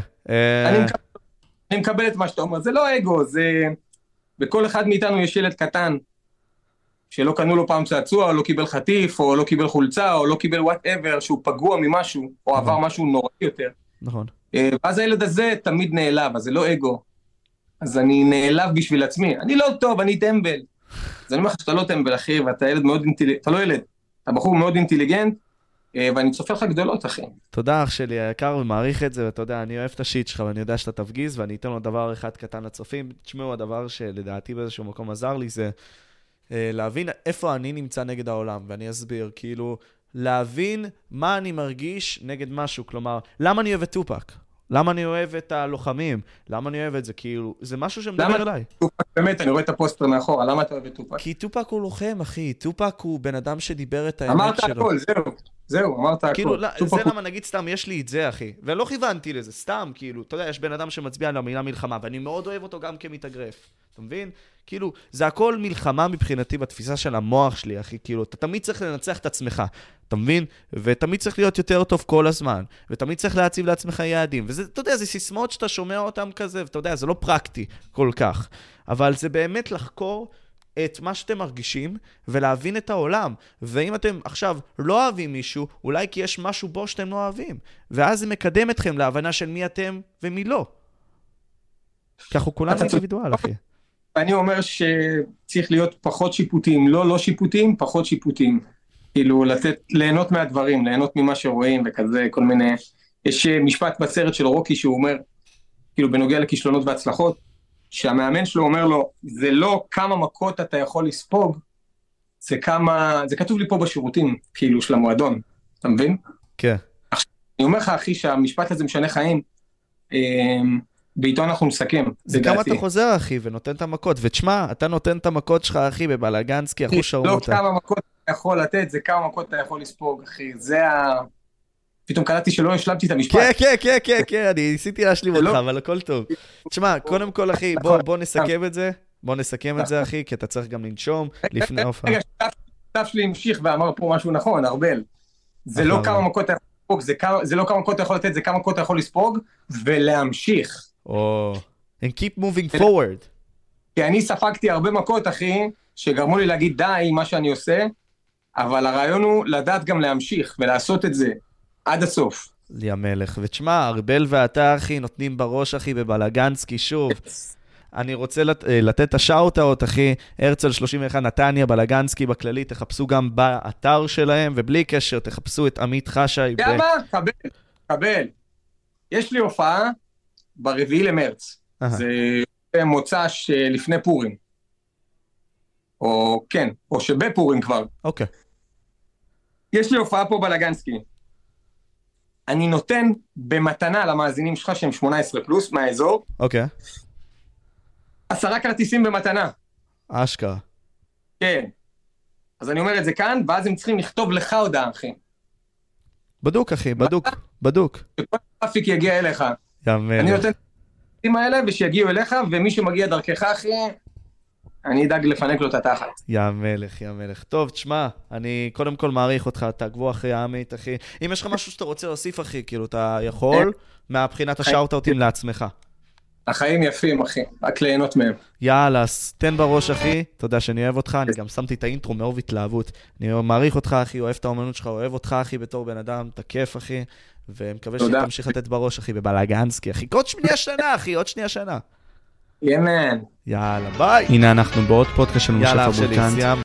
אני מקבל את מה שאתה אומר, זה לא אגו, זה... בכל אחד מאיתנו יש ילד קטן, שלא קנו לו פעם צעצוע, או לא קיבל חטיף, או לא קיבל חולצה, או לא קיבל whatever, שהוא פגוע ממשהו, או עבר משהו נוראי יותר. נכון. ואז הילד הזה תמיד נעלב, אז זה לא אגו. אז אני נעלב בשביל עצמי. אני לא טוב, אני טמבל. אז אני אומר לך שאתה לא טמבל, אחי, ואתה ילד מאוד אינטליגנט, אתה לא ילד, אתה בחור מאוד אינטליגנט, ואני צופה לך גדולות, אחי. תודה, אח שלי, היקר, ומעריך את זה, ואתה יודע, אני אוהב את השיט שלך, ואני יודע שאתה תפגיז, ואני אתן לו דבר אחד קטן לצופים. תשמעו, הדבר שלדעתי באיזשהו מקום עזר לי, זה להבין איפה אני נמצא נגד העולם, ואני אסביר, כאילו, להבין מה אני מרגיש נגד משהו, כלומר, למה אני אוהב את טופק? למה אני אוהב את הלוחמים? למה אני אוהב את זה? כאילו, זה משהו שמדבר אליי. טופק, באמת, אני רואה את הפוסטר מאחורה, למה אתה אוהב את טופק? כי טופק הוא לוחם, אחי. טופק הוא בן אדם שדיבר את האמת שלו. אמרת הכל, זהו, אמרת הכל. כאילו, זה למה נגיד סתם, יש לי את זה, אחי. ולא כיוונתי לזה, סתם, כאילו, אתה יודע, יש בן אדם שמצביע על המילה מלחמה, ואני מאוד אוהב אותו גם כמתאגרף. אתה מבין? כאילו, זה הכל מלחמה מבחינתי בתפיסה של המוח שלי, אחי. כאילו, אתה תמיד צריך לנצח את עצמך, אתה מבין? ותמיד צריך להיות יותר טוב כל הזמן, ותמיד צריך להציב לעצמך יעדים. וזה, אתה יודע, זה סיסמאות שאתה שומע אותם כזה, ואתה יודע, זה לא פרקטי כל כך. אבל זה באמת לחקור את מה שאתם מרגישים, ולהבין את העולם. ואם אתם עכשיו לא אוהבים מישהו, אולי כי יש משהו בו שאתם לא אוהבים. ואז זה מקדם אתכם להבנה של מי אתם ומי לא. ככה כולנו אינדיבידואל, אחי. אני אומר שצריך להיות פחות שיפוטים, לא שיפוטים, פחות שיפוטים. כאילו, ליהנות מהדברים, ליהנות ממה שרואים וכזה, כל מיני... יש משפט בסרט של רוקי שהוא אומר, כאילו, בנוגע לכישלונות והצלחות, שהמאמן שלו אומר לו, זה לא כמה מכות אתה יכול לספוג, זה כתוב לי פה בשירותים, כאילו, של המועדון, אתה מבין? כן. אני אומר לך, אחי, שהמשפט הזה משנה חיים, בעיתו אנחנו נסכם. זה כמה אתה חוזר, אחי, ונותן את המכות, ותשמע, אתה נותן את המכות שלך, אחי, בבלגנסקי, אחו שרמוטה. לא כמה מכות אתה יכול לתת, זה כמה מכות אתה יכול לספוג, אחי, זה פתאום קלטתי שלא השלמתי את המשפט. כן, אני ניסיתי להשלים אותך, אבל הכל טוב. תשמע, קודם כל, אחי, בוא נסכם את זה. בוא נסכם את זה, אחי, כי אתה צריך גם לנשום לפני ההופעה. רגע, שותף שלי המשיך ואמר פה משהו נכון, ארבל. זה לא כמה מכות אתה יכול לספוג, זה לא כמה מכות אתה יכול לתת, זה כמה מכות אתה יכול לספוג, ולהמשיך. And keep moving forward. כי אני ספגתי הרבה מכות, אחי, שגרמו לי להגיד די מה שאני עושה, אבל הרעיון הוא לדעת גם להמשיך ולעשות את זה. עד הסוף. לי המלך. ותשמע, ארבל ואתה, אחי, נותנים בראש, אחי, בבלגנסקי, שוב. אני רוצה לתת את השאוט-אוט, אחי, הרצל 31 נתניה, בלגנסקי בכללי, תחפשו גם באתר שלהם, ובלי קשר, תחפשו את עמית חשי. יאללה, קבל. יש לי הופעה ב4 למרץ. זה מוצא לפני פורים. או כן, או שבפורים כבר. אוקיי. יש לי הופעה פה בלגנסקי. אני נותן במתנה למאזינים שלך שהם 18 פלוס מהאזור. אוקיי. 10 כרטיסים במתנה. אשכרה. כן. אז אני אומר את זה כאן, ואז הם צריכים לכתוב לך הודעה, אחי. בדוק, אחי, בדוק. שכל טראפיק יגיע אליך. יאמן. אני נותן את הכרטיסים האלה, ושיגיעו אליך, ומי שמגיע דרכך, אחי, אני אדאג לפנק לו את התחת. יא מלך. טוב, תשמע, אני קודם כל מעריך אותך, תעקבו אחרי העמית, אחי. אם יש לך משהו שאתה רוצה להוסיף, אחי, כאילו, אתה יכול, מהבחינת השאוט-אוטים לעצמך. החיים יפים, אחי, רק ליהנות מהם. יאללה, תן בראש, אחי. תודה שאני אוהב אותך. אני גם שמתי את האינטרו מאור והתלהבות. אני מעריך אותך, אחי, אוהב את האומנות שלך, אוהב אותך, אחי, בתור בן אדם, אתה כיף, אחי. ומקווה שתמשיך לתת בראש, אחי, בבלגנסקי, אחי. עוד שנייה שנה, אחי, עוד שנייה שנה. יאמן. יאללה, ביי. הנה אנחנו בעוד פודקאסט של משה פבריקנט.